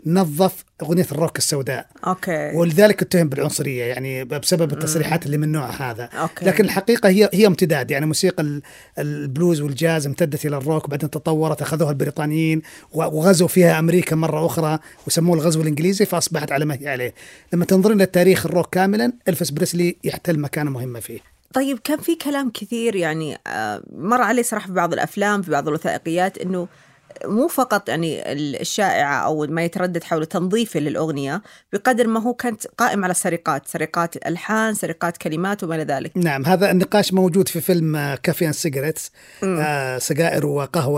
نظف أغنية الروك السوداء. أوكي. ولذلك اتهم بالعنصرية، يعني بسبب التصريحات اللي من نوع هذا. أوكي. لكن الحقيقة هي هي امتداد، يعني موسيقى البلوز والجاز امتدت إلى الروك، بعدين تطورت، أخذوها البريطانيين وغزوا فيها أمريكا مرة أخرى وسموه الغزو الإنجليزي، فأصبحت على ما هي عليه. لما تنظرين للتاريخ الروك كاملا، ألفيس بريسلي يحتل مكانة مهمة فيه. طيب كان في كلام كثير يعني مر عليه صراحة في بعض الأفلام، في بعض الوثائقيات، إنه مو فقط يعني الشائعة أو ما يتردد حول تنظيفه للأغنية، بقدر ما هو كانت قائم على سرقات سرقات الألحان، سرقات كلمات وما إلى ذلك. نعم، هذا النقاش موجود في فيلم كافي أند سيجاريتس، آه سجائر وقهوة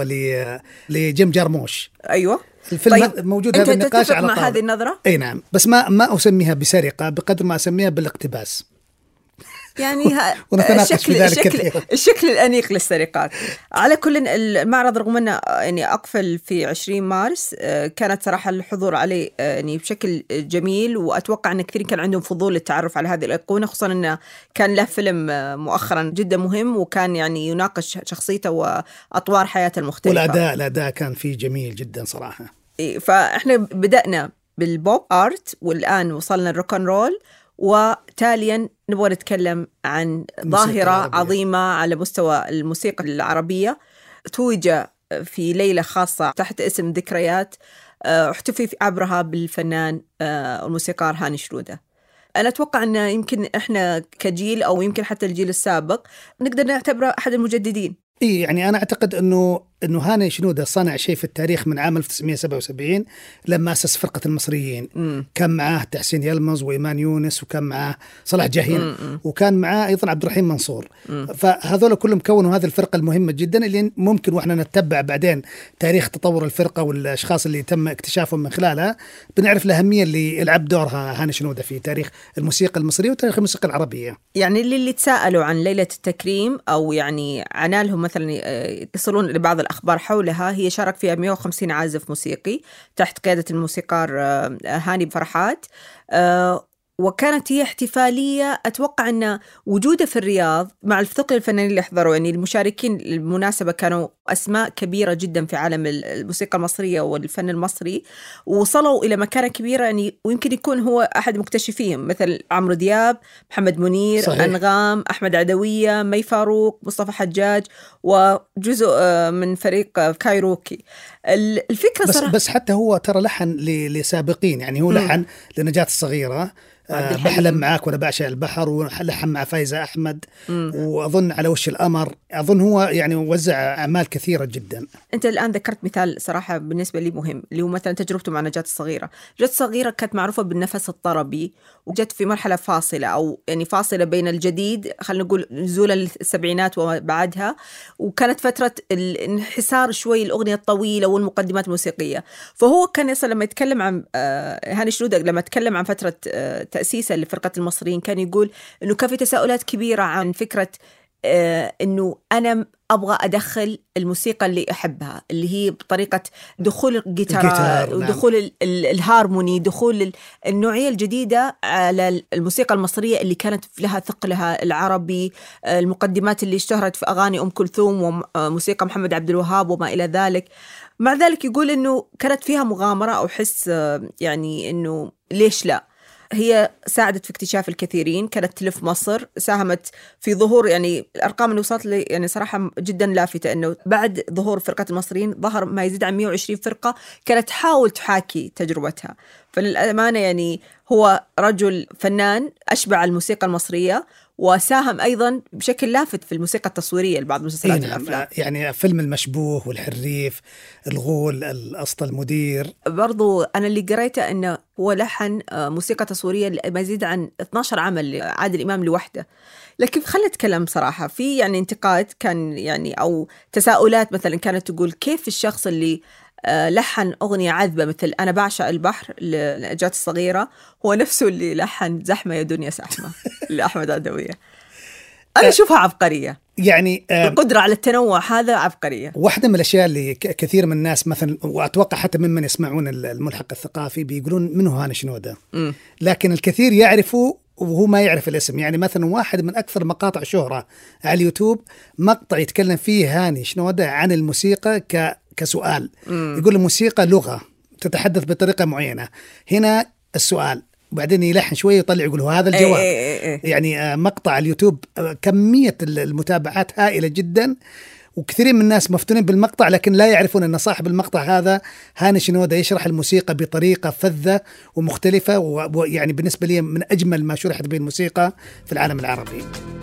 لجيم جارموش. أيوة، الفيلم طيب موجود هذا النقاش على مع هذه النظرة؟ أي نعم، بس ما ما أسميها بسرقة بقدر ما أسميها بالاقتباس. يعني الشكل, الشكل, الشكل الأنيق للسرقات. على كل المعرض رغم أنه يعني أقفل في عشرين مارس، كانت صراحة الحضور عليه يعني بشكل جميل، وأتوقع أن كثير كان عندهم فضول للتعرف على هذه الأيقونة، خصوصا أنه كان له فيلم مؤخرا جدا مهم، وكان يعني يناقش شخصيته وأطوار حياته المختلفة. والأداء الأداء كان فيه جميل جدا صراحة. فإحنا بدأنا بالبوب آرت، والآن وصلنا الروكان رول، وتاليا نبغى نتكلم عن ظاهرة عظيمة على مستوى الموسيقى العربية، توج في ليلة خاصة تحت اسم ذكريات، احتفي عبرها بالفنان الموسيقار هاني شنودة. أنا أتوقع أن يمكن إحنا كجيل أو يمكن حتى الجيل السابق نقدر نعتبره أحد المجددين. إيه يعني أنا أعتقد أنه أنه هاني شنودة صنع شيء في التاريخ من عام ألف وتسعمائة وسبعة وسبعين لما أسس فرقة المصريين. م. كان معاه تحسين يلمز وإيمان يونس، وكان معاه صلاح جاهين، م. م. وكان معاه أيضا عبد الرحيم منصور. م. فهذول كلهم كونوا هذه الفرقة المهمة جدا، اللي ممكن وإحنا نتبع بعدين تاريخ تطور الفرقة والأشخاص اللي تم اكتشافهم من خلالها بنعرف الأهمية اللي يلعب دورها هاني شنودة في تاريخ الموسيقى المصرية وتاريخ الموسيقى العربية. يعني اللي, اللي تساءلوا عن ليلة التكريم أو يعني عنالهم مثلا يصلون لبعض الأخبار حولها، هي شارك فيها مئة وخمسين عازف موسيقي تحت قيادة الموسيقار هاني فرحات، وكانت هي احتفالية أتوقع أن وجوده في الرياض مع الثقل الفنانين اللي حضروا، يعني المشاركين المناسبة كانوا أسماء كبيرة جدا في عالم الموسيقى المصرية والفن المصري، وصلوا إلى مكانة كبيرة يعني، ويمكن يكون هو أحد مكتشفيهم، مثل عمرو دياب، محمد منير، صحيح. أنغام، أحمد عدوية، مي فاروق، مصطفى حجاج، وجزء من فريق كايروكي. الفكرة بس, صراحة بس حتى هو ترى لحن لسابقين، يعني هو لحن لنجاة الصغيرة، أه بحلم معاك وأنا بعشق البحر، ولحن مع فايزة أحمد، مم. وأظن على وش القمر، أظن هو يعني وزع أعمال كثيرة جدا. أنت الآن ذكرت مثال صراحة بالنسبة لي مهم، اللي هو مثلا تجربته مع نجاة الصغيرة. نجاة الصغيرة كانت معروفة بالنفس الطربي، وجت في مرحلة فاصلة أو يعني فاصلة بين الجديد، خلينا نقول نزول السبعينات وبعدها، وكانت فترة الانحسار شوي الأغنية الطويلة والمقدمات الموسيقية. فهو كان يصل لما يتكلم عن هاني شنودة، لما يتكلم عن فترة تأسيسه لفرقة المصريين، كان يقول إنه كان في تساؤلات كبيرة عن فكرة آه إنه أنا أبغى أدخل الموسيقى اللي أحبها، اللي هي بطريقة دخول الجيتار ودخول نعم. الهارموني، دخول النوعية الجديدة على الموسيقى المصرية اللي كانت لها ثقلها العربي، المقدمات اللي اشتهرت في أغاني أم كلثوم وموسيقى محمد عبد الوهاب وما إلى ذلك. مع ذلك يقول إنه كانت فيها مغامرة أو حس يعني إنه ليش لا. هي ساعدت في اكتشاف الكثيرين، كانت تلف مصر، ساهمت في ظهور يعني الأرقام اللي وصلت لي يعني صراحة جدا لافتة، إنه بعد ظهور فرقة المصريين ظهر ما يزيد عن مئة وعشرين فرقة كانت تحاول تحاكي تجربتها. فللأمانة يعني هو رجل فنان أشبع الموسيقى المصرية، وساهم أيضا بشكل لافت في الموسيقى التصويرية لبعض مسلسلات إيه الأفلام، يعني فيلم المشبوه والحريف، الغول، الأسطى المدير. برضو أنا اللي قريته أنه هو لحن موسيقى تصويرية ما يزيد عن اثنا عشر عمل عادل إمام لوحده. لكن خلت أتكلم صراحة في يعني انتقاد كان يعني أو تساؤلات، مثلا كانت تقول كيف الشخص اللي لحن أغنية عذبة مثل أنا بعشق البحر لنجاة الصغيرة هو نفسه اللي لحن زحمة يا دنيا زحمة لأحمد عدوية. أنا أشوفها عبقرية، يعني القدرة على التنوع هذا عبقرية. واحدة من الأشياء اللي كثير من الناس مثلا، وأتوقع حتى ممن يسمعون الملحق الثقافي بيقولون منه هاني شنودة، م. لكن الكثير يعرفوا وهو ما يعرف الاسم. يعني مثلا واحد من أكثر مقاطع شهرة على اليوتيوب مقطع يتكلم فيه هاني شنودة عن الموسيقى ك كسؤال، م. يقول الموسيقى لغة تتحدث بطريقة معينة، هنا السؤال، وبعدين يلحن شوية يطلع يقول هذا الجواب. ايه ايه ايه. يعني مقطع اليوتيوب كمية المتابعات هائلة جدا، وكثيرين من الناس مفتونين بالمقطع لكن لا يعرفون أن صاحب المقطع هذا هاني شنودة يشرح الموسيقى بطريقة فذة ومختلفة، ويعني بالنسبة لي من أجمل ما شرحت به الموسيقى في العالم العربي.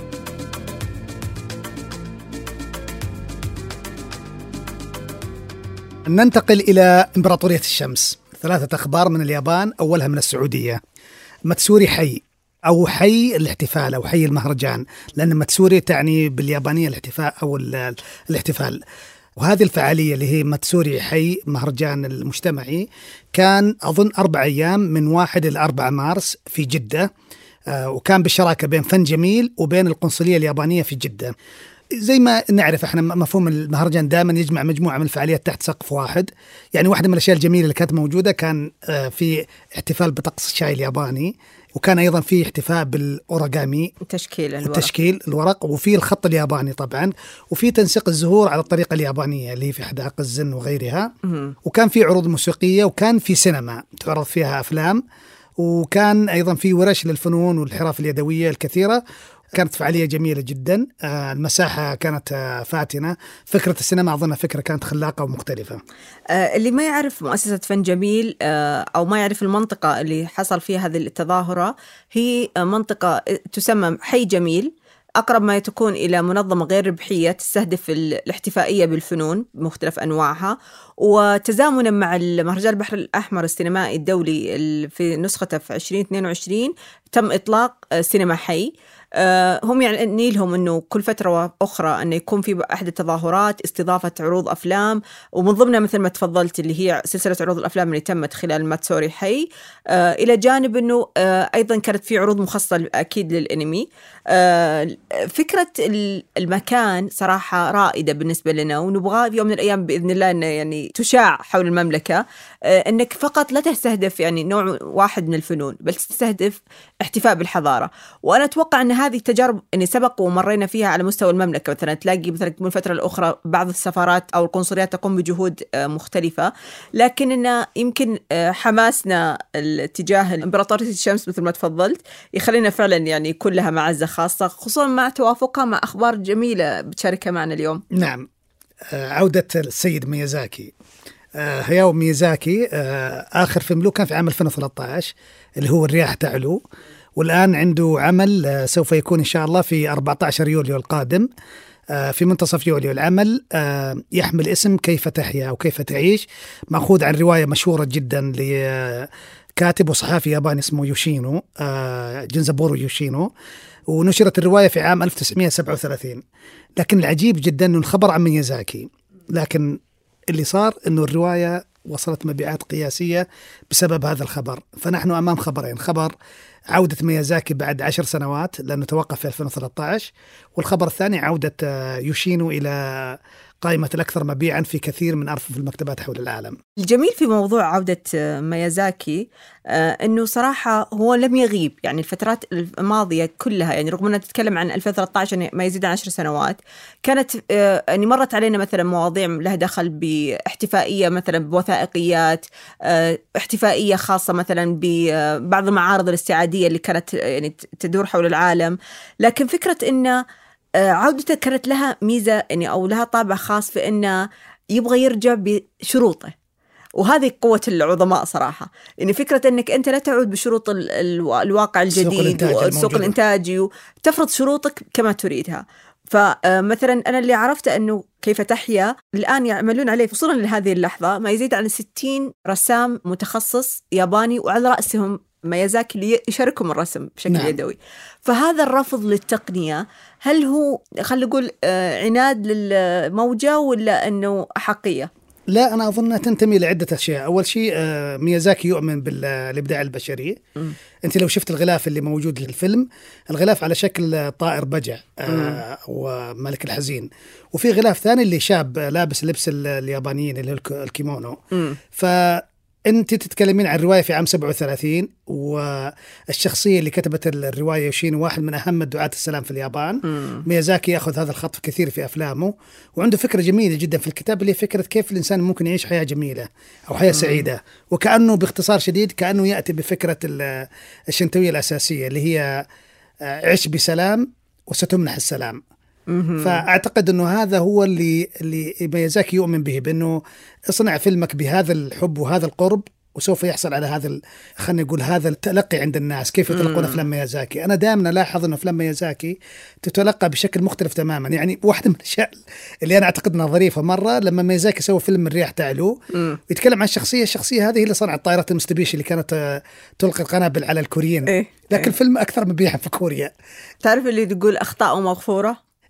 ننتقل إلى إمبراطورية الشمس. ثلاثة أخبار من اليابان، أولها من السعودية. ماتسوري حي أو حي الاحتفال أو حي المهرجان، لأن ماتسوري تعني باليابانية الاحتفال أو الاحتفال. وهذه الفعالية اللي هي ماتسوري حي مهرجان المجتمعي كان أظن أربع أيام من واحد إلى أربعة مارس في جدة. وكان بالشراكة بين فن جميل وبين القنصلية اليابانية في جدة. زي ما نعرف احنا مفهوم المهرجان دائما يجمع مجموعة من الفعاليات تحت سقف واحد. يعني واحدة من الأشياء الجميلة اللي كانت موجودة كان في احتفال بطقس الشاي الياباني، وكان أيضا في احتفاء بالأوراغامي تشكيل الورق. تشكيل الورق، وفي الخط الياباني طبعا، وفي تنسيق الزهور على الطريقة اليابانية اللي هي في حدائق الزن وغيرها. م- وكان في عروض موسيقية، وكان في سينما تعرض فيها أفلام، وكان أيضا في ورش للفنون والحرف اليدوية الكثيرة. كانت فعالية جميلة جدا. المساحة كانت فاتنة. فكرة السينما أظن فكرة كانت خلاقة ومختلفة. اللي ما يعرف مؤسسة فن جميل أو ما يعرف المنطقة اللي حصل فيها هذه التظاهرة، هي منطقة تسمى حي جميل، أقرب ما تكون إلى منظمة غير ربحية تستهدف الاحتفائية بالفنون بمختلف أنواعها. وتزامنا مع المهرجان البحر الأحمر السينمائي الدولي في نسخته في عشرين اثنين وعشرين تم إطلاق سينما حي. هم يعني لهم أنه كل فترة أخرى أنه يكون في أحد التظاهرات استضافة عروض أفلام، ومن ضمنها مثل ما تفضلت اللي هي سلسلة عروض الأفلام اللي تمت خلال ماتسوري حي، إلى جانب أنه أيضا كانت في عروض مخصصة أكيد للأنمي. فكرة المكان صراحة رائدة بالنسبة لنا، ونبغى في يوم من الأيام بإذن الله أنه يعني تشاع حول المملكة، أنك فقط لا تستهدف يعني نوع واحد من الفنون، بل تستهدف احتفاء بالحضارة. وأنا أتوقع أن هذه التجارب أني سبق ومرينا فيها على مستوى المملكة. مثلا تلاقي مثلا من فترة الأخرى بعض السفارات أو القنصليات تقوم بجهود مختلفة، لكننا يمكن حماسنا الاتجاه الإمبراطورية الشمس مثل ما تفضلت يخلينا فعلا يعني كلها معزة خاصة، خصوصا مع توافقها مع أخبار جميلة بتشاركها معنا اليوم. نعم، عودة السيد ميازاكي. هياو ميازاكي آخر فيلم له كان في عام ألفين وثلاثة عشر اللي هو الرياح تعلو، والآن عنده عمل سوف يكون إن شاء الله في أربعة عشر يوليو القادم في منتصف يوليو. العمل يحمل اسم كيف تحيا أو كيف تعيش، مأخوذ عن رواية مشهورة جدا لكاتب وصحافي ياباني اسمه يوشينو جينزابورو يوشينو، ونشرت الرواية في عام ألف وتسعمائة وسبعة وثلاثين. لكن العجيب جدا أنه الخبر عن ميازاكي، لكن اللي صار أنه الرواية وصلت مبيعات قياسية بسبب هذا الخبر. فنحن أمام خبرين: خبر عودة ميازاكي بعد عشر سنوات لأنه توقف في ألفين وثلاثة عشر، والخبر الثاني عودة يوشينو إلى قائمة الأكثر مبيعاً في كثير من أرفف المكتبات حول العالم. الجميل في موضوع عودة ميازاكي أنه صراحة هو لم يغيب يعني الفترات الماضية كلها، يعني رغم أنها تتكلم عن ألفين وثلاثة عشر يعني ما يزيد عن عشر سنوات، كانت يعني مرت علينا مثلا مواضيع لها دخل باحتفائية مثلا بوثائقيات، احتفائية خاصة مثلا ببعض المعارض الاستعادية اللي كانت يعني تدور حول العالم. لكن فكرة أنه عودته كانت لها ميزة يعني أو لها طابع خاص في أنه يبغى يرجع بشروطه، وهذه قوة العظماء صراحة. يعني فكرة أنك أنت لا تعود بشروط الواقع الجديد والسوق الإنتاجي وتفرض شروطك كما تريدها. فمثلا أنا اللي عرفته أنه كيف تحيا الآن يعملون عليه وصولا لهذه اللحظة ما يزيد عن ستين رسام متخصص ياباني، وعلى رأسهم ميازاكي اللي يشاركهم الرسم بشكل نعم. يدوي. فهذا الرفض للتقنية هل هو خلي نقول عناد للموجة ولا أنه حقيقة؟ لا، أنا أظن تنتمي لعدة أشياء. أول شيء ميازاكي يؤمن بالإبداع البشري. م. أنت لو شفت الغلاف اللي موجود للفيلم، الغلاف على شكل طائر بجع وملك الحزين، وفي غلاف ثاني اللي شاب لابس لبس اليابانيين اللي هو الكيمونو. ف أنت تتكلمين عن الرواية في عام سبعة وثلاثين، والشخصية اللي كتبت الرواية يوشينو واحد من أهم دعاة السلام في اليابان. م. ميازاكي يأخذ هذا الخط كثير في أفلامه، وعنده فكرة جميلة جدا في الكتاب اللي فكرة كيف الإنسان ممكن يعيش حياة جميلة أو حياة م. سعيدة. وكأنه باختصار شديد كأنه يأتي بفكرة الشنتوية الأساسية اللي هي عيش بسلام وستمنح السلام. فأعتقد أنه هذا هو اللي اللي ميازاكي يؤمن به، بأنه اصنع فيلمك بهذا الحب وهذا القرب وسوف يحصل على هذا خلينا نقول هذا التلقي عند الناس. كيف يتلقون أفلام ميازاكي؟ أنا دائما ألاحظ أن أفلام ميازاكي تتلقى بشكل مختلف تماما. يعني واحدة من الأشياء اللي أنا أعتقد أنها ظريفة مرة لما ميازاكي سوى فيلم الرياح تعلو ويتكلم عن الشخصية الشخصية هذه اللي صنعت طائرة المستبيش اللي كانت تلقي القنابل على الكوريين. إيه؟ لكن الفيلم أكثر مبيعا في كوريا. تعرف اللي تقول أخطاء مغفورة؟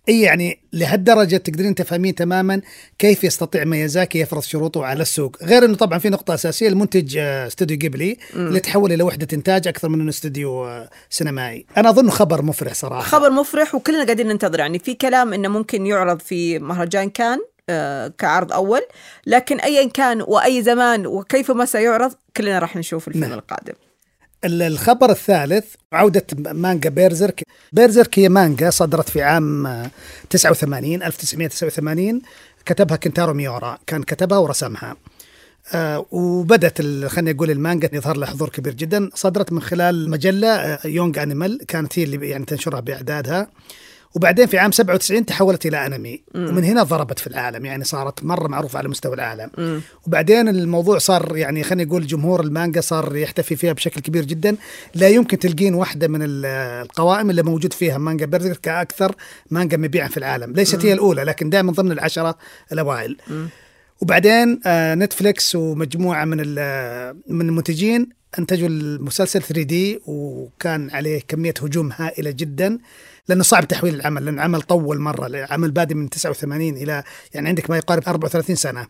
اي يعني لهالدرجه تقدرين تفهمين تماما كيف يستطيع ميازاكي يفرض شروطه على السوق. غير انه طبعا في نقطه اساسيه، المنتج استوديو جيبلي اللي تحول الى وحده انتاج اكثر من انه استوديو سينمائي. انا اظن خبر مفرح صراحه، خبر مفرح، وكلنا قاعدين ننتظر. يعني في كلام انه ممكن يعرض في مهرجان كان آه كعرض اول، لكن ايا كان واي زمان وكيف ما سيعرض كلنا راح نشوف الفيلم نعم. القادم. الخبر الثالث عودة مانجا بيرزيرك. بيرزيرك هي مانجا صدرت في عام تسعة وثمانين ألف وتسعمائة وتسعة وثمانين، كتبها كنتارو ميورا، كان كتبها ورسمها. آه وبدت خلينا نقول المانجا يظهر لها حضور كبير جدا. صدرت من خلال مجلة آه يونغ أنيمال، كانت هي اللي يعني تنشرها بإعدادها. وبعدين في عام سبعة وتسعين تحولت إلى أنمي، م. ومن هنا ضربت في العالم، يعني صارت مرة معروفة على مستوى العالم. م. وبعدين الموضوع صار يعني خلينا نقول جمهور المانجا صار يحتفي فيها بشكل كبير جدا. لا يمكن تلقين واحدة من القوائم اللي موجود فيها مانجا بيرزيرك كأكثر مانجا مبيعا في العالم. ليست م. هي الأولى، لكن دائما ضمن العشرة الأوائل. م. وبعدين آه نتفليكس ومجموعة من من المنتجين انتجوا المسلسل ثري دي، وكان عليه كمية هجوم هائلة جدا، لأنه صعب تحويل العمل، لأن العمل طول مرة، العمل بادئ من تسعة وثمانين إلى يعني عندك ما يقارب أربعة وثلاثين سنة.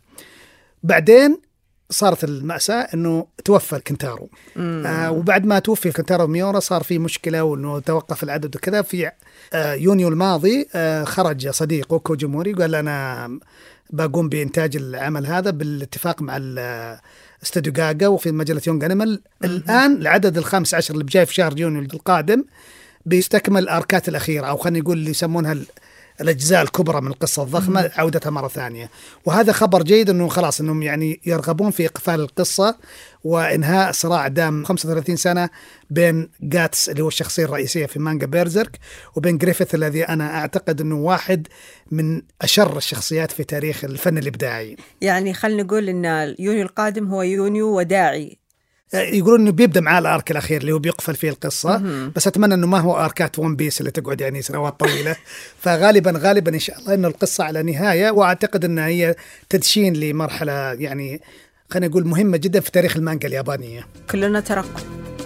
بعدين صارت المأساة أنه توفى كنتارو. آه وبعد ما توفي كنتارو ميورا صار في مشكلة وأنه توقف العدد وكذا. في آه يونيو الماضي آه خرج صديقه كوجي موري وقال أنا بقوم بإنتاج العمل هذا بالاتفاق مع استوديو جاجا وفي مجلة يونغ أنيمال. الآن العدد الخامس عشر اللي بجاي في شهر يونيو القادم بيستكمل الأركات الأخيرة، أو خلينا نقول اللي يسمونها الأجزاء الكبرى من القصة الضخمة، عودتها مرة ثانية. وهذا خبر جيد أنه خلاص أنهم يعني يرغبون في إقفال القصة وإنهاء صراع دام خمسة وثلاثين سنة بين جاتس اللي هو الشخصية الرئيسية في مانجا بيرزيرك وبين جريفيث الذي أنا أعتقد أنه واحد من أشر الشخصيات في تاريخ الفن الإبداعي. يعني خلينا نقول أن يونيو القادم هو يونيو وداعي. يقولون انه بيبدا معاه الارك الاخير اللي هو بيقفل فيه القصه. مم. بس اتمنى انه ما هو اركات ون بيس اللي تقعد يعني سنوات طويله. فغالبا غالبا ان شاء الله انه القصه على نهايه، واعتقد انها هي تدشين لمرحله يعني خلينا نقول مهمه جدا في تاريخ المانجا اليابانيه. كلنا ترقب.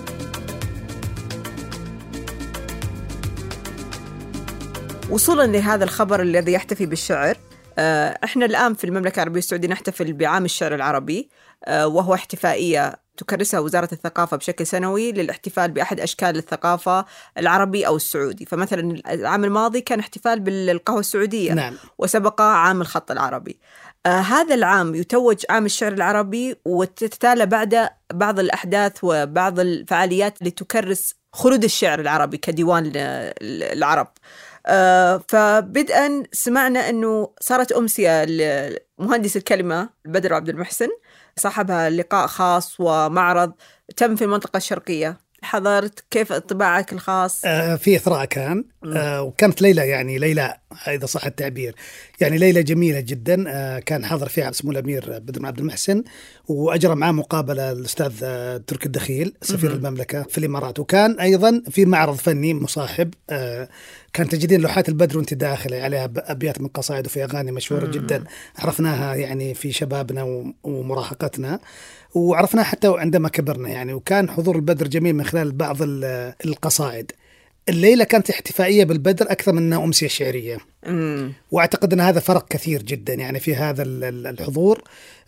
وصولا لهذا الخبر الذي يحتفي بالشعر، احنا الان في المملكه العربيه السعوديه نحتفل بعام الشعر العربي، وهو احتفائيه تكرسها وزارة الثقافة بشكل سنوي للاحتفال بأحد أشكال الثقافة العربي أو السعودي. فمثلا العام الماضي كان احتفال بالقهوة السعودية. نعم. وسبق عام الخط العربي. آه هذا العام يتوج عام الشعر العربي، وتتتالى بعد بعض الأحداث وبعض الفعاليات اللي تكرس خلود الشعر العربي كديوان العرب. آه فبدءا سمعنا أنه صارت أمسية لمهندس الكلمة البدر عبد المحسن، صاحبها لقاء خاص ومعرض تم في المنطقة الشرقية. حضرت، كيف انطباعك الخاص؟ آه في إثراء كان آه وكانت ليلة يعني ليلة إذا صح التعبير يعني ليلة جميلة جدا. آه كان حاضر فيها سمو الأمير بدر عبد المحسن، وأجرى معه مقابلة الأستاذ آه تركي الدخيل سفير المملكة في الإمارات. وكان أيضا في معرض فني مصاحب، آه كان تجدين لوحات البدر وانت داخلة عليها أبيات من قصائد وفي أغاني مشهورة مم. جدا عرفناها يعني في شبابنا ومراهقتنا، وعرفناها حتى عندما كبرنا يعني. وكان حضور البدر جميل من خلال بعض القصائد. الليلة كانت احتفائية بالبدر أكثر من أنها أمسية شعرية. مم. وأعتقد أن هذا فرق كثير جدا يعني في هذا الحضور،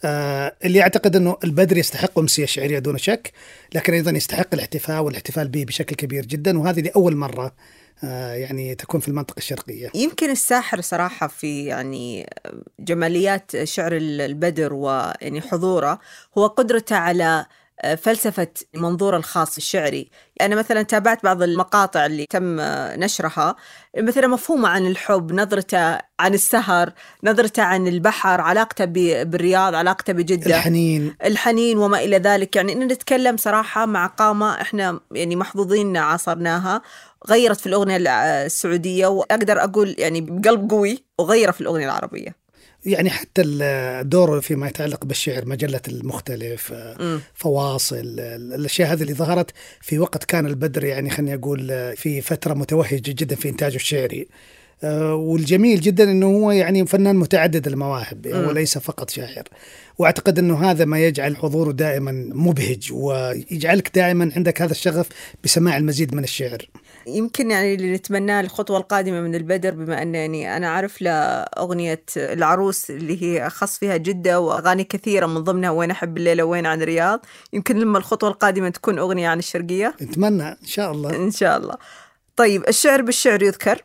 آه اللي أعتقد أنه البدر يستحق أمسية شعرية دون شك، لكن أيضا يستحق الاحتفاء والاحتفال به بشكل كبير جدا. وهذه لأول مرة آه يعني تكون في المنطقة الشرقية. يمكن الساحر صراحة في يعني جماليات شعر البدر ويعني حضوره هو قدرته على فلسفة منظور الخاص الشعري. أنا مثلا تابعت بعض المقاطع اللي تم نشرها، مثلا مفهومه عن الحب، نظرته عن السهر، نظرته عن البحر، علاقته بالرياض، علاقته بجدة، الحنين الحنين وما إلى ذلك. يعني إن نتكلم صراحة مع قامة إحنا يعني محظوظين عاصرناها، غيرت في الأغنية السعودية، وأقدر أقول يعني بقلب قوي وغير في الأغنية العربية. يعني حتى الدور فيما يتعلق بالشعر، مجلة المختلف، م. فواصل، الأشياء هذه اللي ظهرت في وقت كان البدر يعني خلني أقول في فترة متوهجة جدا في إنتاجه الشعري. والجميل جدا أنه هو يعني فنان متعدد المواهب وليس فقط شاعر. وأعتقد أنه هذا ما يجعل حضوره دائما مبهج ويجعلك دائما عندك هذا الشغف بسماع المزيد من الشعر. يمكن يعني اللي نتمناه الخطوة القادمة من البدر، بما أن يعني أنا أعرف لأغنية العروس اللي هي خص فيها جدة وأغاني كثيرة من ضمنها وين أحب الليلة وين عن رياض، يمكن لما الخطوة القادمة تكون أغنية عن الشرقية. نتمنى إن شاء الله. إن شاء الله. طيب، الشعر بالشعر يذكر.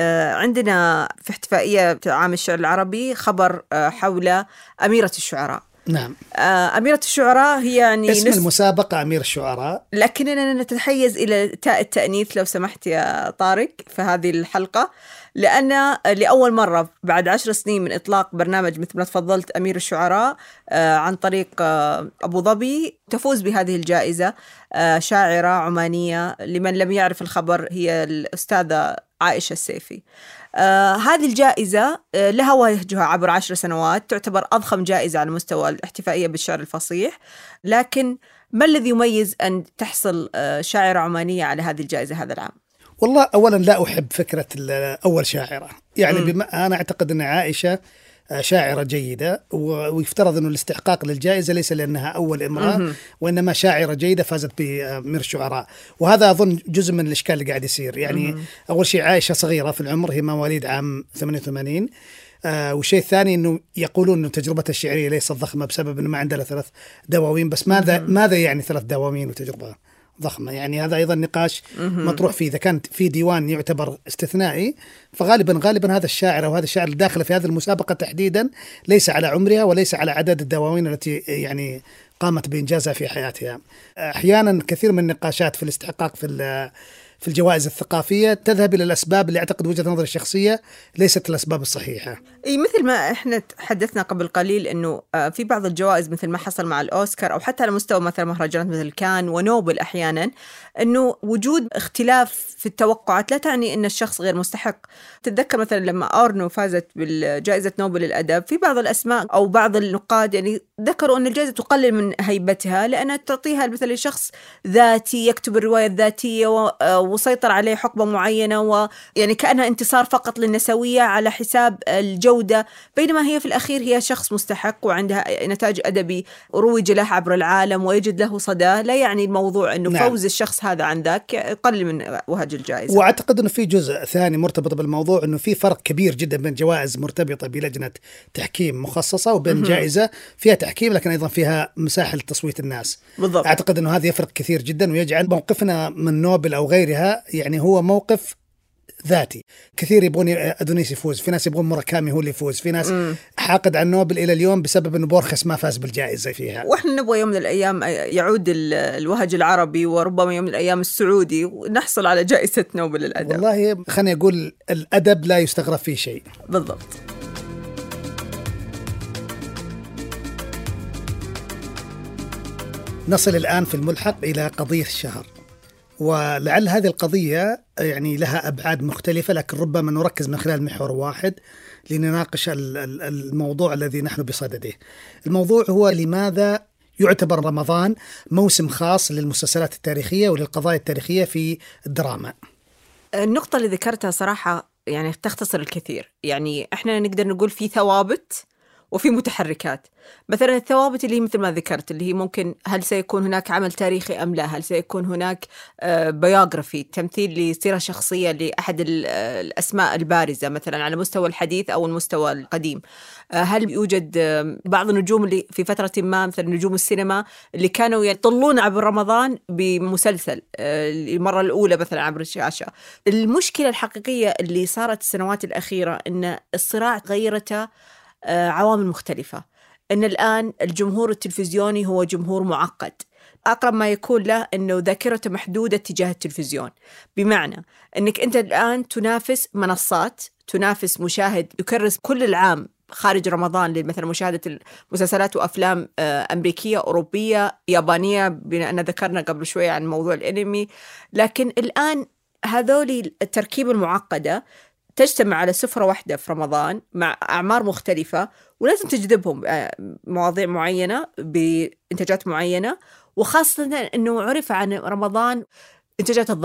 عندنا في احتفائية عام الشعر العربي خبر حول أميرة الشعراء. نعم. أميرة الشعراء هي يعني اسم نس... المسابقة أمير الشعراء، لكننا نتحيز إلى تاء التأنيث لو سمحت يا طارق في هذه الحلقة، لأن لأول مرة بعد عشر سنين من إطلاق برنامج مثل ما تفضلت أمير الشعراء عن طريق أبو ظبي تفوز بهذه الجائزة شاعرة عمانية. لمن لم يعرف الخبر، هي الأستاذة عائشة السيفي. آه هذه الجائزة آه لها وجهها عبر عشر سنوات، تعتبر أضخم جائزة على مستوى الاحتفائية بالشعر الفصيح. لكن ما الذي يميز أن تحصل آه شاعرة عمانية على هذه الجائزة هذا العام؟ والله أولا لا أحب فكرة أول شاعرة، يعني بما أنا أعتقد أن عائشة شاعرة جيدة، ويفترض أنه الاستحقاق للجائزة ليس لأنها أول امرأة وإنما شاعرة جيدة فازت بأمير الشعراء. وهذا أظن جزء من الإشكال اللي قاعد يصير. يعني مم. أول شيء عائشة صغيرة في العمر، هي مواليد عام ثمانية وثمانين. آه والشيء الثاني أنه يقولون أنه تجربتها الشعرية ليست ضخمة بسبب أنه ما عندها ثلاث دواوين. بس ماذا مم. ماذا يعني ثلاث دواوين وتجربة ضخمة؟ يعني هذا أيضا نقاش مطروح فيه. إذا كان في ديوان يعتبر استثنائي فغالبا غالبا هذا الشاعر أو هذا الشاعر الداخل في هذه المسابقة تحديدا ليس على عمرها وليس على عدد الدواوين التي يعني قامت بإنجازها في حياتها. أحيانا كثير من النقاشات في الاستحقاق في في الجوائز الثقافية تذهب إلى الأسباب اللي أعتقد وجهة نظري الشخصية ليست الأسباب الصحيحة. أي مثل ما إحنا تحدثنا قبل قليل أنه في بعض الجوائز مثل ما حصل مع الأوسكار أو حتى على مستوى مثلا مهرجانات مثل كان ونوبل أحيانا، أنه وجود اختلاف في التوقعات لا تعني أن الشخص غير مستحق. تتذكر مثلا لما أورنو فازت بالجائزة نوبل للأدب، في بعض الأسماء أو بعض النقاد يعني ذكروا أن الجائزة تقلل من هيبتها لأنها تعطيها مثلا لشخص ذاتي يكتب الرواية الذاتية وسيطر عليه حقبة معينة، ويعني كأنها انتصار فقط للنسوية على حساب الجودة، بينما هي في الأخير هي شخص مستحق وعندها نتاج أدبي روج له عبر العالم ويجد له صدى. لا يعني الموضوع أنه نعم. فوز الشخص هذا عن ذاك يقلل من وهج الجائزة. وأعتقد أنه في جزء ثاني مرتبط بالموضوع، أنه في فرق كبير جدا بين جوائز مرتبطة بلجنة تحكيم مخصصة وبين جائزة فيها تحكيم لكن أيضا فيها مساحة لتصويت الناس. بالضبط. أعتقد أنه هذا يفرق كثير جدا ويجعل موقفنا من نوبل أو غيرها يعني هو موقف ذاتي. كثير يبغون أدونيس يفوز، في ناس يبغون موراكامي هو اللي يفوز، في ناس م. حاقد عن نوبل إلى اليوم بسبب أنه بورخس ما فاز بالجائزة فيها. وإحنا نبغى يوم من الأيام يعود الوهج العربي وربما يوم من الأيام السعودي ونحصل على جائزة نوبل للأدب. والله خليني أقول الأدب لا يستغرب فيه شيء. بالضبط. نصل الآن في الملحق إلى قضية الشهر، ولعل هذه القضية يعني لها أبعاد مختلفة لكن ربما نركز من خلال محور واحد لنناقش الموضوع الذي نحن بصدده. الموضوع هو لماذا يعتبر رمضان موسم خاص للمسلسلات التاريخية وللقضايا التاريخية في الدراما. النقطة اللي ذكرتها صراحة يعني تختصر الكثير. يعني إحنا نقدر نقول في ثوابت وفي متحركات. مثلا الثوابت اللي هي مثل ما ذكرت اللي هي ممكن هل سيكون هناك عمل تاريخي أم لا، هل سيكون هناك بيوغرافي تمثيل لسيرة شخصية لأحد الأسماء البارزة مثلا على مستوى الحديث أو المستوى القديم، هل يوجد بعض النجوم اللي في فترة ما مثل نجوم السينما اللي كانوا يطلون عبر رمضان بمسلسل المرة الأولى مثلا عبر الشاشة. المشكلة الحقيقية اللي صارت السنوات الأخيرة إن الصراع غيرته عوامل مختلفة، أن الآن الجمهور التلفزيوني هو جمهور معقد، أقرب ما يكون له أنه ذاكرته محدودة تجاه التلفزيون، بمعنى أنك أنت الآن تنافس منصات، تنافس مشاهد يكرس كل العام خارج رمضان لمثلا مشاهدة المسلسلات وأفلام أمريكية أوروبية يابانية، بما أن ذكرنا قبل شوية عن موضوع الأنمي. لكن الآن هذول التركيبة المعقدة تجتمع على سفرة واحدة في رمضان مع أعمار مختلفة، ولازم تجذبهم مواضيع معينة بإنتاجات معينة، وخاصة أنه عرف عن رمضان إنتاجات الضخمة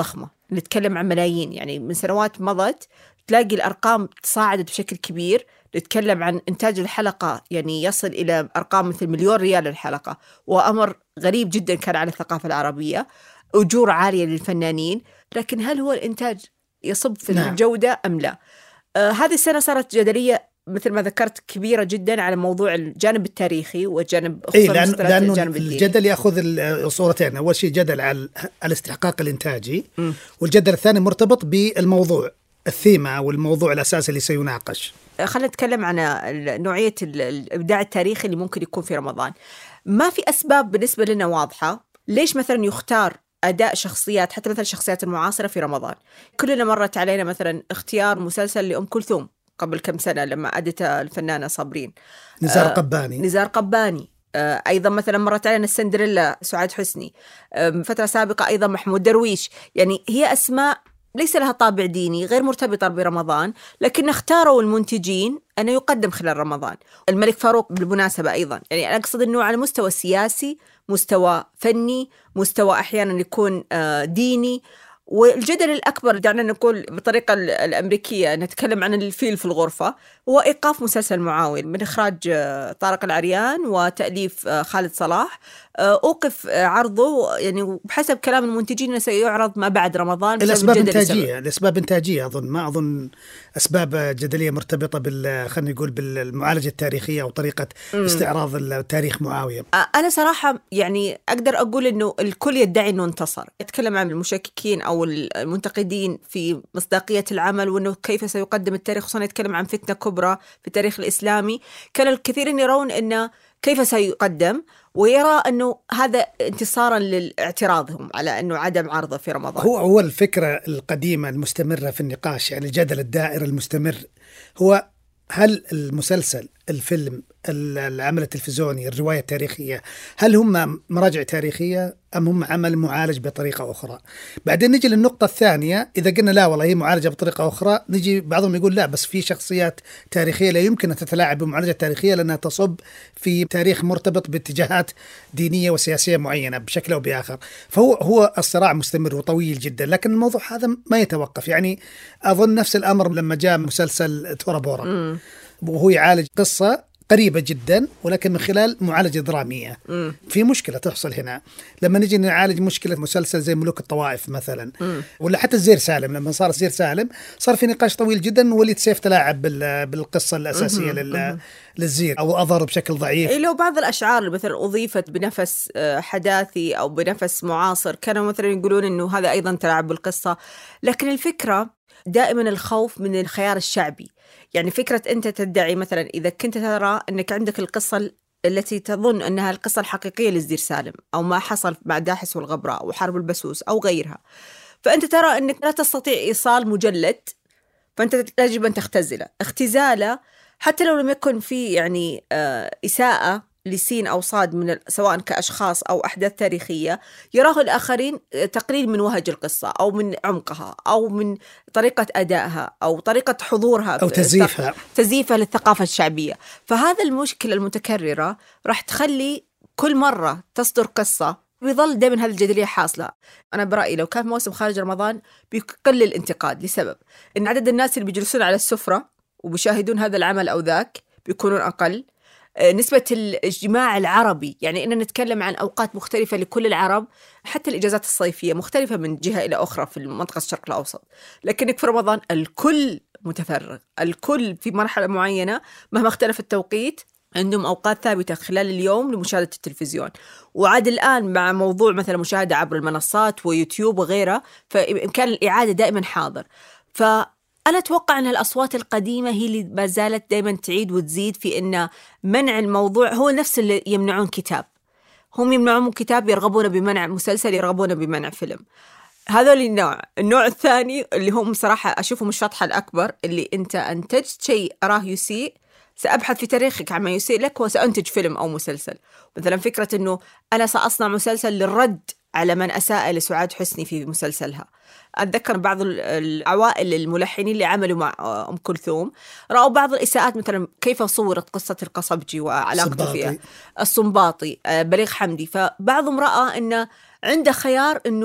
نتكلم عن ملايين، يعني من سنوات مضت تلاقي الأرقام تصاعدت بشكل كبير. نتكلم عن إنتاج الحلقة يعني يصل إلى أرقام مثل مليون ريال الحلقة، وأمر غريب جدا كان على الثقافة العربية. أجور عالية للفنانين، لكن هل هو الإنتاج يصب في نعم. الجودة أم لا؟ آه هذه السنة صارت جدلية مثل ما ذكرت كبيرة جدا على موضوع الجانب التاريخي والجانب إيه لأن لأنه الجانب الديني. الجدل يأخذ الصورتين، أول شيء جدل على الاستحقاق الإنتاجي، م. والجدل الثاني مرتبط بالموضوع الثيمة والموضوع الأساسي اللي سيناقش. خلينا نتكلم عن نوعية الإبداع التاريخي اللي ممكن يكون في رمضان. ما في أسباب بالنسبة لنا واضحة ليش مثلا يختار أداء شخصيات، حتى مثلا الشخصيات المعاصرة في رمضان. كلنا مرت علينا مثلا اختيار مسلسل لأم كلثوم قبل كم سنة لما أدت الفنانة صابرين، نزار آه قباني نزار قباني آه أيضا مثلا مرت علينا السندريلا سعاد حسني، آه فترة سابقة أيضا محمود درويش. يعني هي أسماء ليس لها طابع ديني، غير مرتبطة برمضان، لكن اختاروا المنتجين أنه يقدم خلال رمضان. الملك فاروق بالمناسبة أيضا، يعني أنا أقصد أنه على مستوى سياسي، مستوى فني، مستوى أحيانا يكون آه ديني. والجدل الأكبر دعنا نقول بطريقة الأمريكية، نتكلم عن الفيل في الغرفة، هو إيقاف مسلسل معاون من إخراج طارق العريان وتأليف خالد صلاح. أوقف عرضه يعني بحسب كلام المنتجين سيعرض ما بعد رمضان. الأسباب إنتاجية، الأسباب إنتاجية أظن، ما أظن أسباب جدلية مرتبطة بال خلينا نقول بالمعالجة التاريخية أو طريقة م. استعراض التاريخ معاوية. أنا صراحة يعني أقدر أقول إنه الكل يدعي إنه انتصر. أتكلم عن المشككين أو المنتقدين في مصداقية العمل وإنه كيف سيقدم التاريخ، خصوصا يتكلم عن فتنة كبرى في التاريخ الإسلامي. كان الكثيرين يرون إنه كيف سيقدم، ويرى أنه هذا انتصارا لاعتراضهم على أنه عدم عرضه في رمضان. هو هو الفكرة القديمة المستمرة في النقاش، يعني الجدل الدائر المستمر هو هل المسلسل، الفيلم، العمل التلفزيوني، الرواية التاريخية، هل هم مراجع تاريخية أم هم عمل معالج بطريقة أخرى؟ بعدين نجي للنقطة الثانية، إذا قلنا لا والله هي معالجة بطريقة أخرى، نجي بعضهم يقول لا بس في شخصيات تاريخية لا يمكن أن تتلاعب بمعالجة تاريخية لأنها تصب في تاريخ مرتبط باتجاهات دينية وسياسية معينة بشكل أو بآخر. فهو هو الصراع مستمر وطويل جدا، لكن الموضوع هذا ما يتوقف. يعني أظن نفس الأمر لما جاء مسلسل تورا بورا وهو يعالج قصة قريبة جدا ولكن من خلال معالجة درامية. م. في مشكلة تحصل هنا لما نجي نعالج مشكلة مسلسل زي ملوك الطوائف مثلا، م. ولا حتى الزير سالم. لما صار الزير سالم صار في نقاش طويل جدا، وليد سيف تلاعب بالقصة الأساسية لل... للزير أو أظهر بشكل ضعيف. لو بعض الأشعار مثلا أضيفت بنفس حداثي أو بنفس معاصر كانوا مثلا يقولون إنه هذا أيضا تلاعب بالقصة. لكن الفكرة دائما الخوف من الخيار الشعبي. يعني فكرة أنت تدعي مثلا إذا كنت ترى أنك عندك القصة التي تظن أنها القصة الحقيقية للزير سالم أو ما حصل مع داحس والغبراء وحرب البسوس أو غيرها، فأنت ترى أنك لا تستطيع إيصال مجلد، فأنت يجب أن تختزله. اختزاله حتى لو لم يكن فيه يعني آه إساءة لسين أو صاد من سواء كأشخاص أو أحداث تاريخية، يراه الآخرين تقليل من وهج القصة أو من عمقها أو من طريقة أدائها أو طريقة حضورها أو تزييفها تزييفها للثقافة الشعبية. فهذا المشكلة المتكررة راح تخلي كل مرة تصدر قصة بيظل دائما هذه الجدلية حاصلة. أنا برأيي لو كان موسم خارج رمضان بيقل الانتقاد، لسبب إن عدد الناس اللي بيجلسون على السفرة وبيشاهدون هذا العمل أو ذاك بيكونون أقل. نسبة الاجتماع العربي، يعني إننا نتكلم عن أوقات مختلفة لكل العرب، حتى الإجازات الصيفية مختلفة من جهة إلى أخرى في منطقة الشرق الأوسط، لكنك في رمضان الكل متفرغ، الكل في مرحلة معينة مهما اختلف التوقيت عندهم أوقات ثابتة خلال اليوم لمشاهدة التلفزيون. وعاد الآن مع موضوع مثلا مشاهدة عبر المنصات ويوتيوب وغيرها، فإمكان الإعادة دائما حاضر. ف أنا أتوقع أن الأصوات القديمة هي اللي ما زالت دائما تعيد وتزيد في أن منع الموضوع هو نفس اللي يمنعون كتاب. هم يمنعون كتاب، يرغبون بمنع مسلسل، يرغبون بمنع فيلم. هذا النوع. النوع الثاني اللي هم صراحة أشوفهم الشطحة الأكبر، اللي أنت أنتجت شيء أراه يسيء، سأبحث في تاريخك عما يسيء لك وسأنتج فيلم أو مسلسل. مثلا فكرة أنه أنا سأصنع مسلسل للرد على من أساء لسعاد حسني في مسلسلها. أتذكر بعض العوائل الملحنين اللي عملوا مع أم كلثوم رأوا بعض الإساءات، مثلا كيف صورت قصة القصبجي وعلاقته فيها، الصنباطي، بليغ حمدي. فبعضهم رأى أنه عنده خيار أنه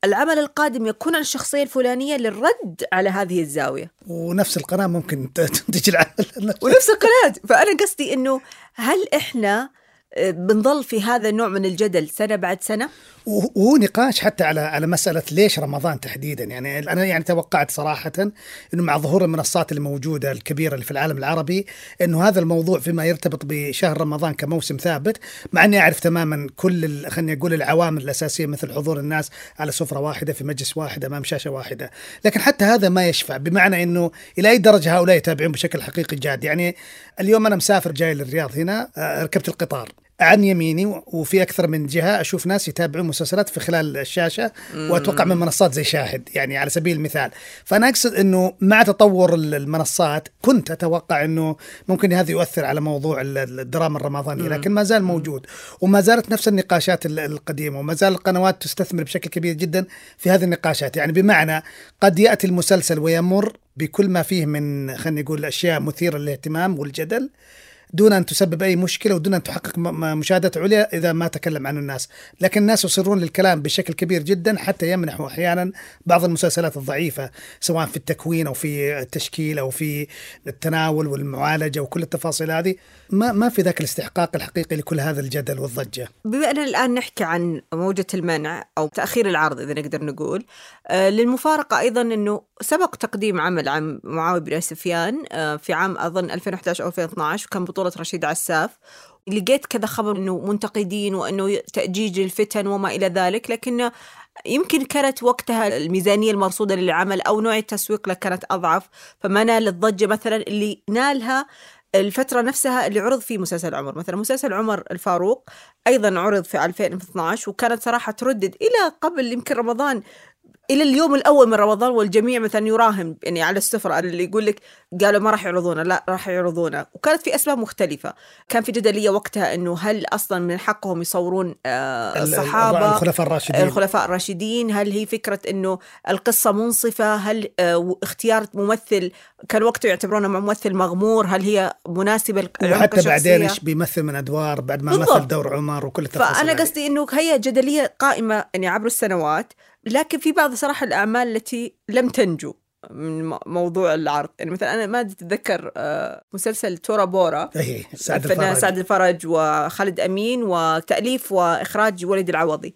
العمل القادم يكون عن الشخصية الفلانية للرد على هذه الزاوية. ونفس القناة ممكن تنتج العمل ونفس القناة. فأنا قصدي إنه هل إحنا بنظل في هذا النوع من الجدل سنة بعد سنة؟ وهو نقاش حتى على على مسألة ليش رمضان تحديدا. يعني أنا يعني توقعت صراحة إنه مع ظهور المنصات اللي موجودة الكبيرة اللي في العالم العربي إنه هذا الموضوع فيما يرتبط بشهر رمضان كموسم ثابت، مع إني أعرف تماما كل خلني أقول العوامل الأساسية مثل حضور الناس على سفرة واحدة في مجلس واحد أمام شاشة واحدة، لكن حتى هذا ما يشفع. بمعنى إنه إلى أي درجة هؤلاء يتابعون بشكل حقيقي جاد. يعني اليوم أنا مسافر جاي للرياض هنا، ركبت القطار عن يميني وفي أكثر من جهة أشوف ناس يتابعون مسلسلات في خلال الشاشة، وأتوقع من منصات زي شاهد يعني على سبيل المثال. فأنا أقصد أنه مع تطور المنصات كنت أتوقع أنه ممكن هذا يؤثر على موضوع الدراما الرمضانية، لكن ما زال موجود وما زالت نفس النقاشات القديمة، وما زال القنوات تستثمر بشكل كبير جدا في هذه النقاشات. يعني بمعنى قد يأتي المسلسل ويمر بكل ما فيه من خلينا نقول أشياء مثيرة للاهتمام والجدل دون أن تسبب أي مشكلة ودون أن تحقق مشاهدات عليا إذا ما تكلم عنه الناس، لكن الناس يصرون للكلام بشكل كبير جدا حتى يمنحوا أحيانا بعض المسلسلات الضعيفة سواء في التكوين أو في التشكيل أو في التناول والمعالجة وكل التفاصيل هذه، ما ما في ذاك الاستحقاق الحقيقي لكل هذا الجدل والضجة. بما أننا الآن نحكي عن موجة المنع أو تأخير العرض إذا نقدر نقول، آه للمفارقة أيضا أنه سبق تقديم عمل عن معاوية بن سفيان آه في عام أظن ألفين وإحدى عشر أو ألفين واثني عشر، وكان بطولة رشيد عساف. لقيت كذا خبر أنه منتقدين وأنه تأجيج الفتن وما إلى ذلك، لكن يمكن كانت وقتها الميزانية المرصودة للعمل أو نوع التسويق له كانت أضعف، فما نال الضجة مثلا اللي نالها الفترة نفسها اللي عرض فيه مسلسل عمر. مثلا مسلسل عمر الفاروق أيضا عرض في ألفين واثني عشر، وكانت صراحة تردد إلى قبل يمكن رمضان، إلى اليوم الأول من رمضان، والجميع مثلا يراهن يعني على السفرة اللي يقول لك قالوا ما راح يعرضونه، لا راح يعرضونه. وكانت في أسباب مختلفة، كان في جدلية وقتها إنه هل أصلا من حقهم يصورون آه الصحابة الخلفاء الراشدين الخلفاء الراشدين هل هي فكرة إنه القصة منصفة، هل آه اختيار ممثل كان وقته يعتبرونه ممثل مغمور هل هي مناسبة، وحتى بعدين إيش بيمثل من أدوار بعد ما بالضبط. مثل دور عمر وكل التفاصيل. فأنا قصدي إنه هي جدلية قائمة يعني عبر السنوات، لكن في بعض صراحة الأعمال التي لم تنجو من موضوع العرض. يعني مثلا أنا ما أتذكر مسلسل تورا بورا الفنان سعد الفرج وخالد أمين، وتأليف وإخراج وليد العوضي.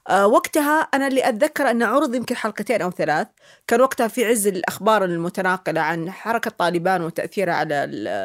وقتها أنا اللي أتذكر أن عرض يمكن حلقتين أو ثلاث، كان وقتها في عز الأخبار المتناقلة عن حركة طالبان وتأثيرها على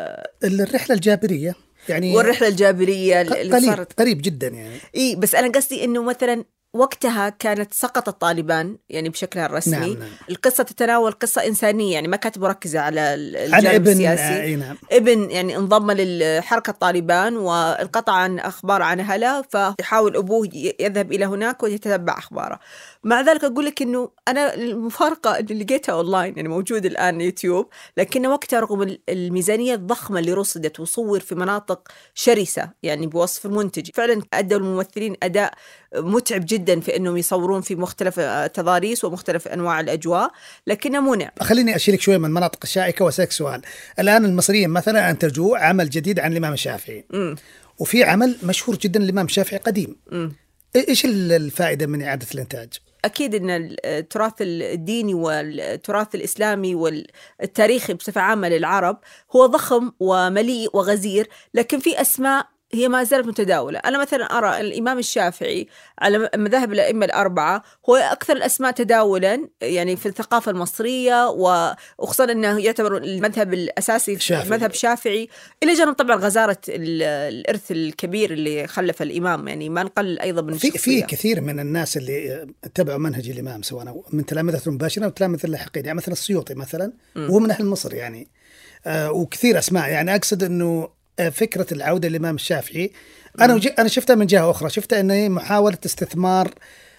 الرحلة الجابرية يعني، والرحلة الجابرية اللي قريب صارت قريب جدا يعني. إيه بس أنا قصدي إنه مثلا وقتها كانت سقط الطالبان يعني بشكلها الرسمي. نعم نعم. القصة تتناول قصة إنسانية، يعني ما كانت مركزة على عن الجانب ابن السياسي. آه نعم. ابن يعني انضم للحركة الطالبان وانقطع عن أخبار عن أهله، فيحاول أبوه يذهب إلى هناك ويتتبع أخباره. مع ذلك أقول لك إنه أنا المفارقة اللي لقيتها أونلاين يعني موجود الآن يوتيوب، لكن وقتها رغم الميزانية الضخمة اللي رصدت وصور في مناطق شرسة يعني بوصف المنتج، فعلا أدوا الممثلين أداء متعب جدا في أنهم يصورون في مختلف تضاريس ومختلف أنواع الأجواء، لكنه منع. خليني أشيلك شوي من المناطق الشائكة وأسألك سؤال. الآن المصريين مثلا أنتجوا عمل جديد عن الإمام الشافعي، م. وفي عمل مشهور جدا للإمام الشافعي قديم، م. إيش الفائدة من إعادة الإنتاج؟ أكيد أن التراث الديني والتراث الإسلامي والتاريخي بصفة عامة للعرب هو ضخم ومليء وغزير، لكن في أسماء هي ما زالت متداولة. أنا مثلا أرى الإمام الشافعي على مذاهب الأئمة الأربعة هو أكثر الأسماء تداولا يعني في الثقافة المصرية، وخصوصا أنه يعتبر المذهب الأساسي شافعي. مذهب شافعي، إلى جانب طبعا غزارة الإرث الكبير اللي خلف الإمام، يعني ما نقلل أيضا من في في كثير من الناس اللي اتبعوا منهج الإمام سواء من تلامذته المباشرة أو تلامذة اللاحقين، يعني مثلا السيوطي مثلا وهو من أهل مصر يعني، آه وكثير أسماء. يعني أقصد أنه فكرة العودة للإمام الشافعي أنا أنا شفتها من جهة أخرى، شفتها أنه محاولة استثمار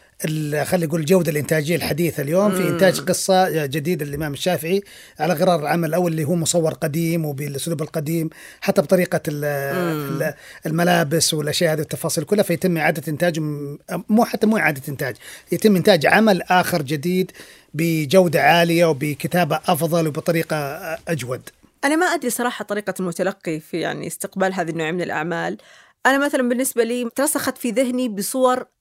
خلي نقول الجودة الإنتاجية الحديثة اليوم في إنتاج قصة جديدة للإمام الشافعي على غرار العمل الأول اللي هو مصور قديم وبالأسلوب القديم حتى بطريقة الملابس والأشياء هذه التفاصيل كلها، فيتم إعادة إنتاج مو حتى مو إعادة إنتاج، يتم إنتاج عمل آخر جديد بجودة عالية وبكتابة أفضل وبطريقة أجود. أنا ما أدري صراحة طريقة المتلقي في يعني استقبال هذه النوع من الأعمال. أنا مثلا بالنسبة لي ترسخت في ذهني بصور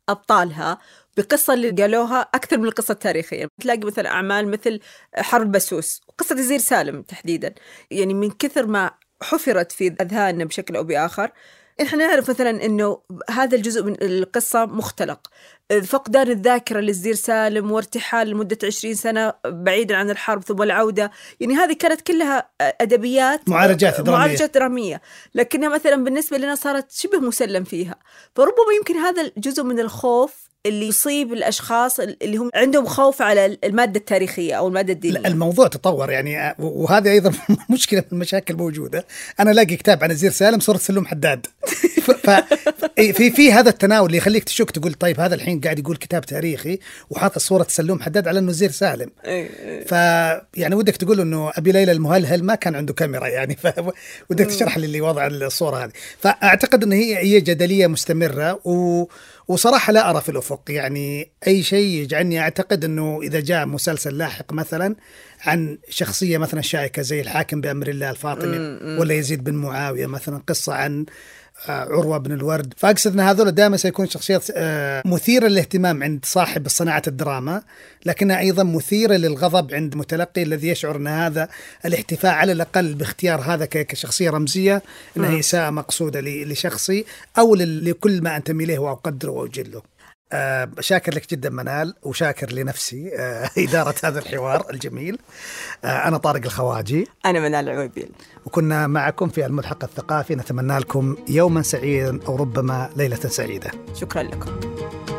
أبطالها بقصة اللي قالوها أكثر من القصة التاريخية. تلاقي مثلا أعمال مثل حرب البسوس وقصة الوزير سالم تحديدا، يعني من كثر ما حفرت في أذهاننا بشكل أو بآخر، إحنا نعرف مثلا أنه هذا الجزء من القصة مختلق. فقدان الذاكرة للوزير سالم وارتحال لمدة عشرين سنة بعيدا عن الحرب ثم العودة، يعني هذه كانت كلها أدبيات معالجات درامية. معالجات درامية، لكنها مثلا بالنسبة لنا صارت شبه مسلم فيها. فربما يمكن هذا الجزء من الخوف اللي يصيب الأشخاص اللي هم عندهم خوف على المادة التاريخية أو المادة الدينية. الموضوع تطور يعني، وهذه أيضا مشكلة من المشاكل موجودة. أنا لاقي كتاب عن الوزير سالم صورة سلوم حداد في في هذا التناول اللي يخليك تشك، تقول طيب هذا الحين قاعد يقول كتاب تاريخي وحاط صورة سلوم حداد على إنه وزير سالم. ف يعني ودك تقول إنه أبي ليلى المهلهل ما كان عنده كاميرا يعني، فودك تشرح لي اللي وضع الصورة هذه. فأعتقد إن هي هي جدلية مستمرة، و وصراحة لا أرى في الأفق يعني أي شيء يجعلني أعتقد أنه إذا جاء مسلسل لاحق مثلا عن شخصية مثلا شائكة زي الحاكم بأمر الله الفاطمي ولا يزيد بن معاوية، مثلا قصة عن عروة بن الورد، فأقصد أن هذول دائما سيكون شخصيات مثيرة للاهتمام عند صاحب صناعة الدراما، لكنها أيضا مثيرة للغضب عند متلقي الذي يشعر أن هذا الاحتفاء على الأقل باختيار هذا كشخصية رمزية أنها إساءة مقصودة لشخصي أو لكل ما أنتمي إليه وأقدره وأجله. أه شاكر لك جدا منال، وشاكر لنفسي أه إدارة هذا الحوار الجميل. أه أنا طارق الخواجي. أنا منال العويبيل، وكنا معكم في الملحق الثقافي. نتمنى لكم يوما سعيدا أو ربما ليلة سعيدة. شكرا لكم.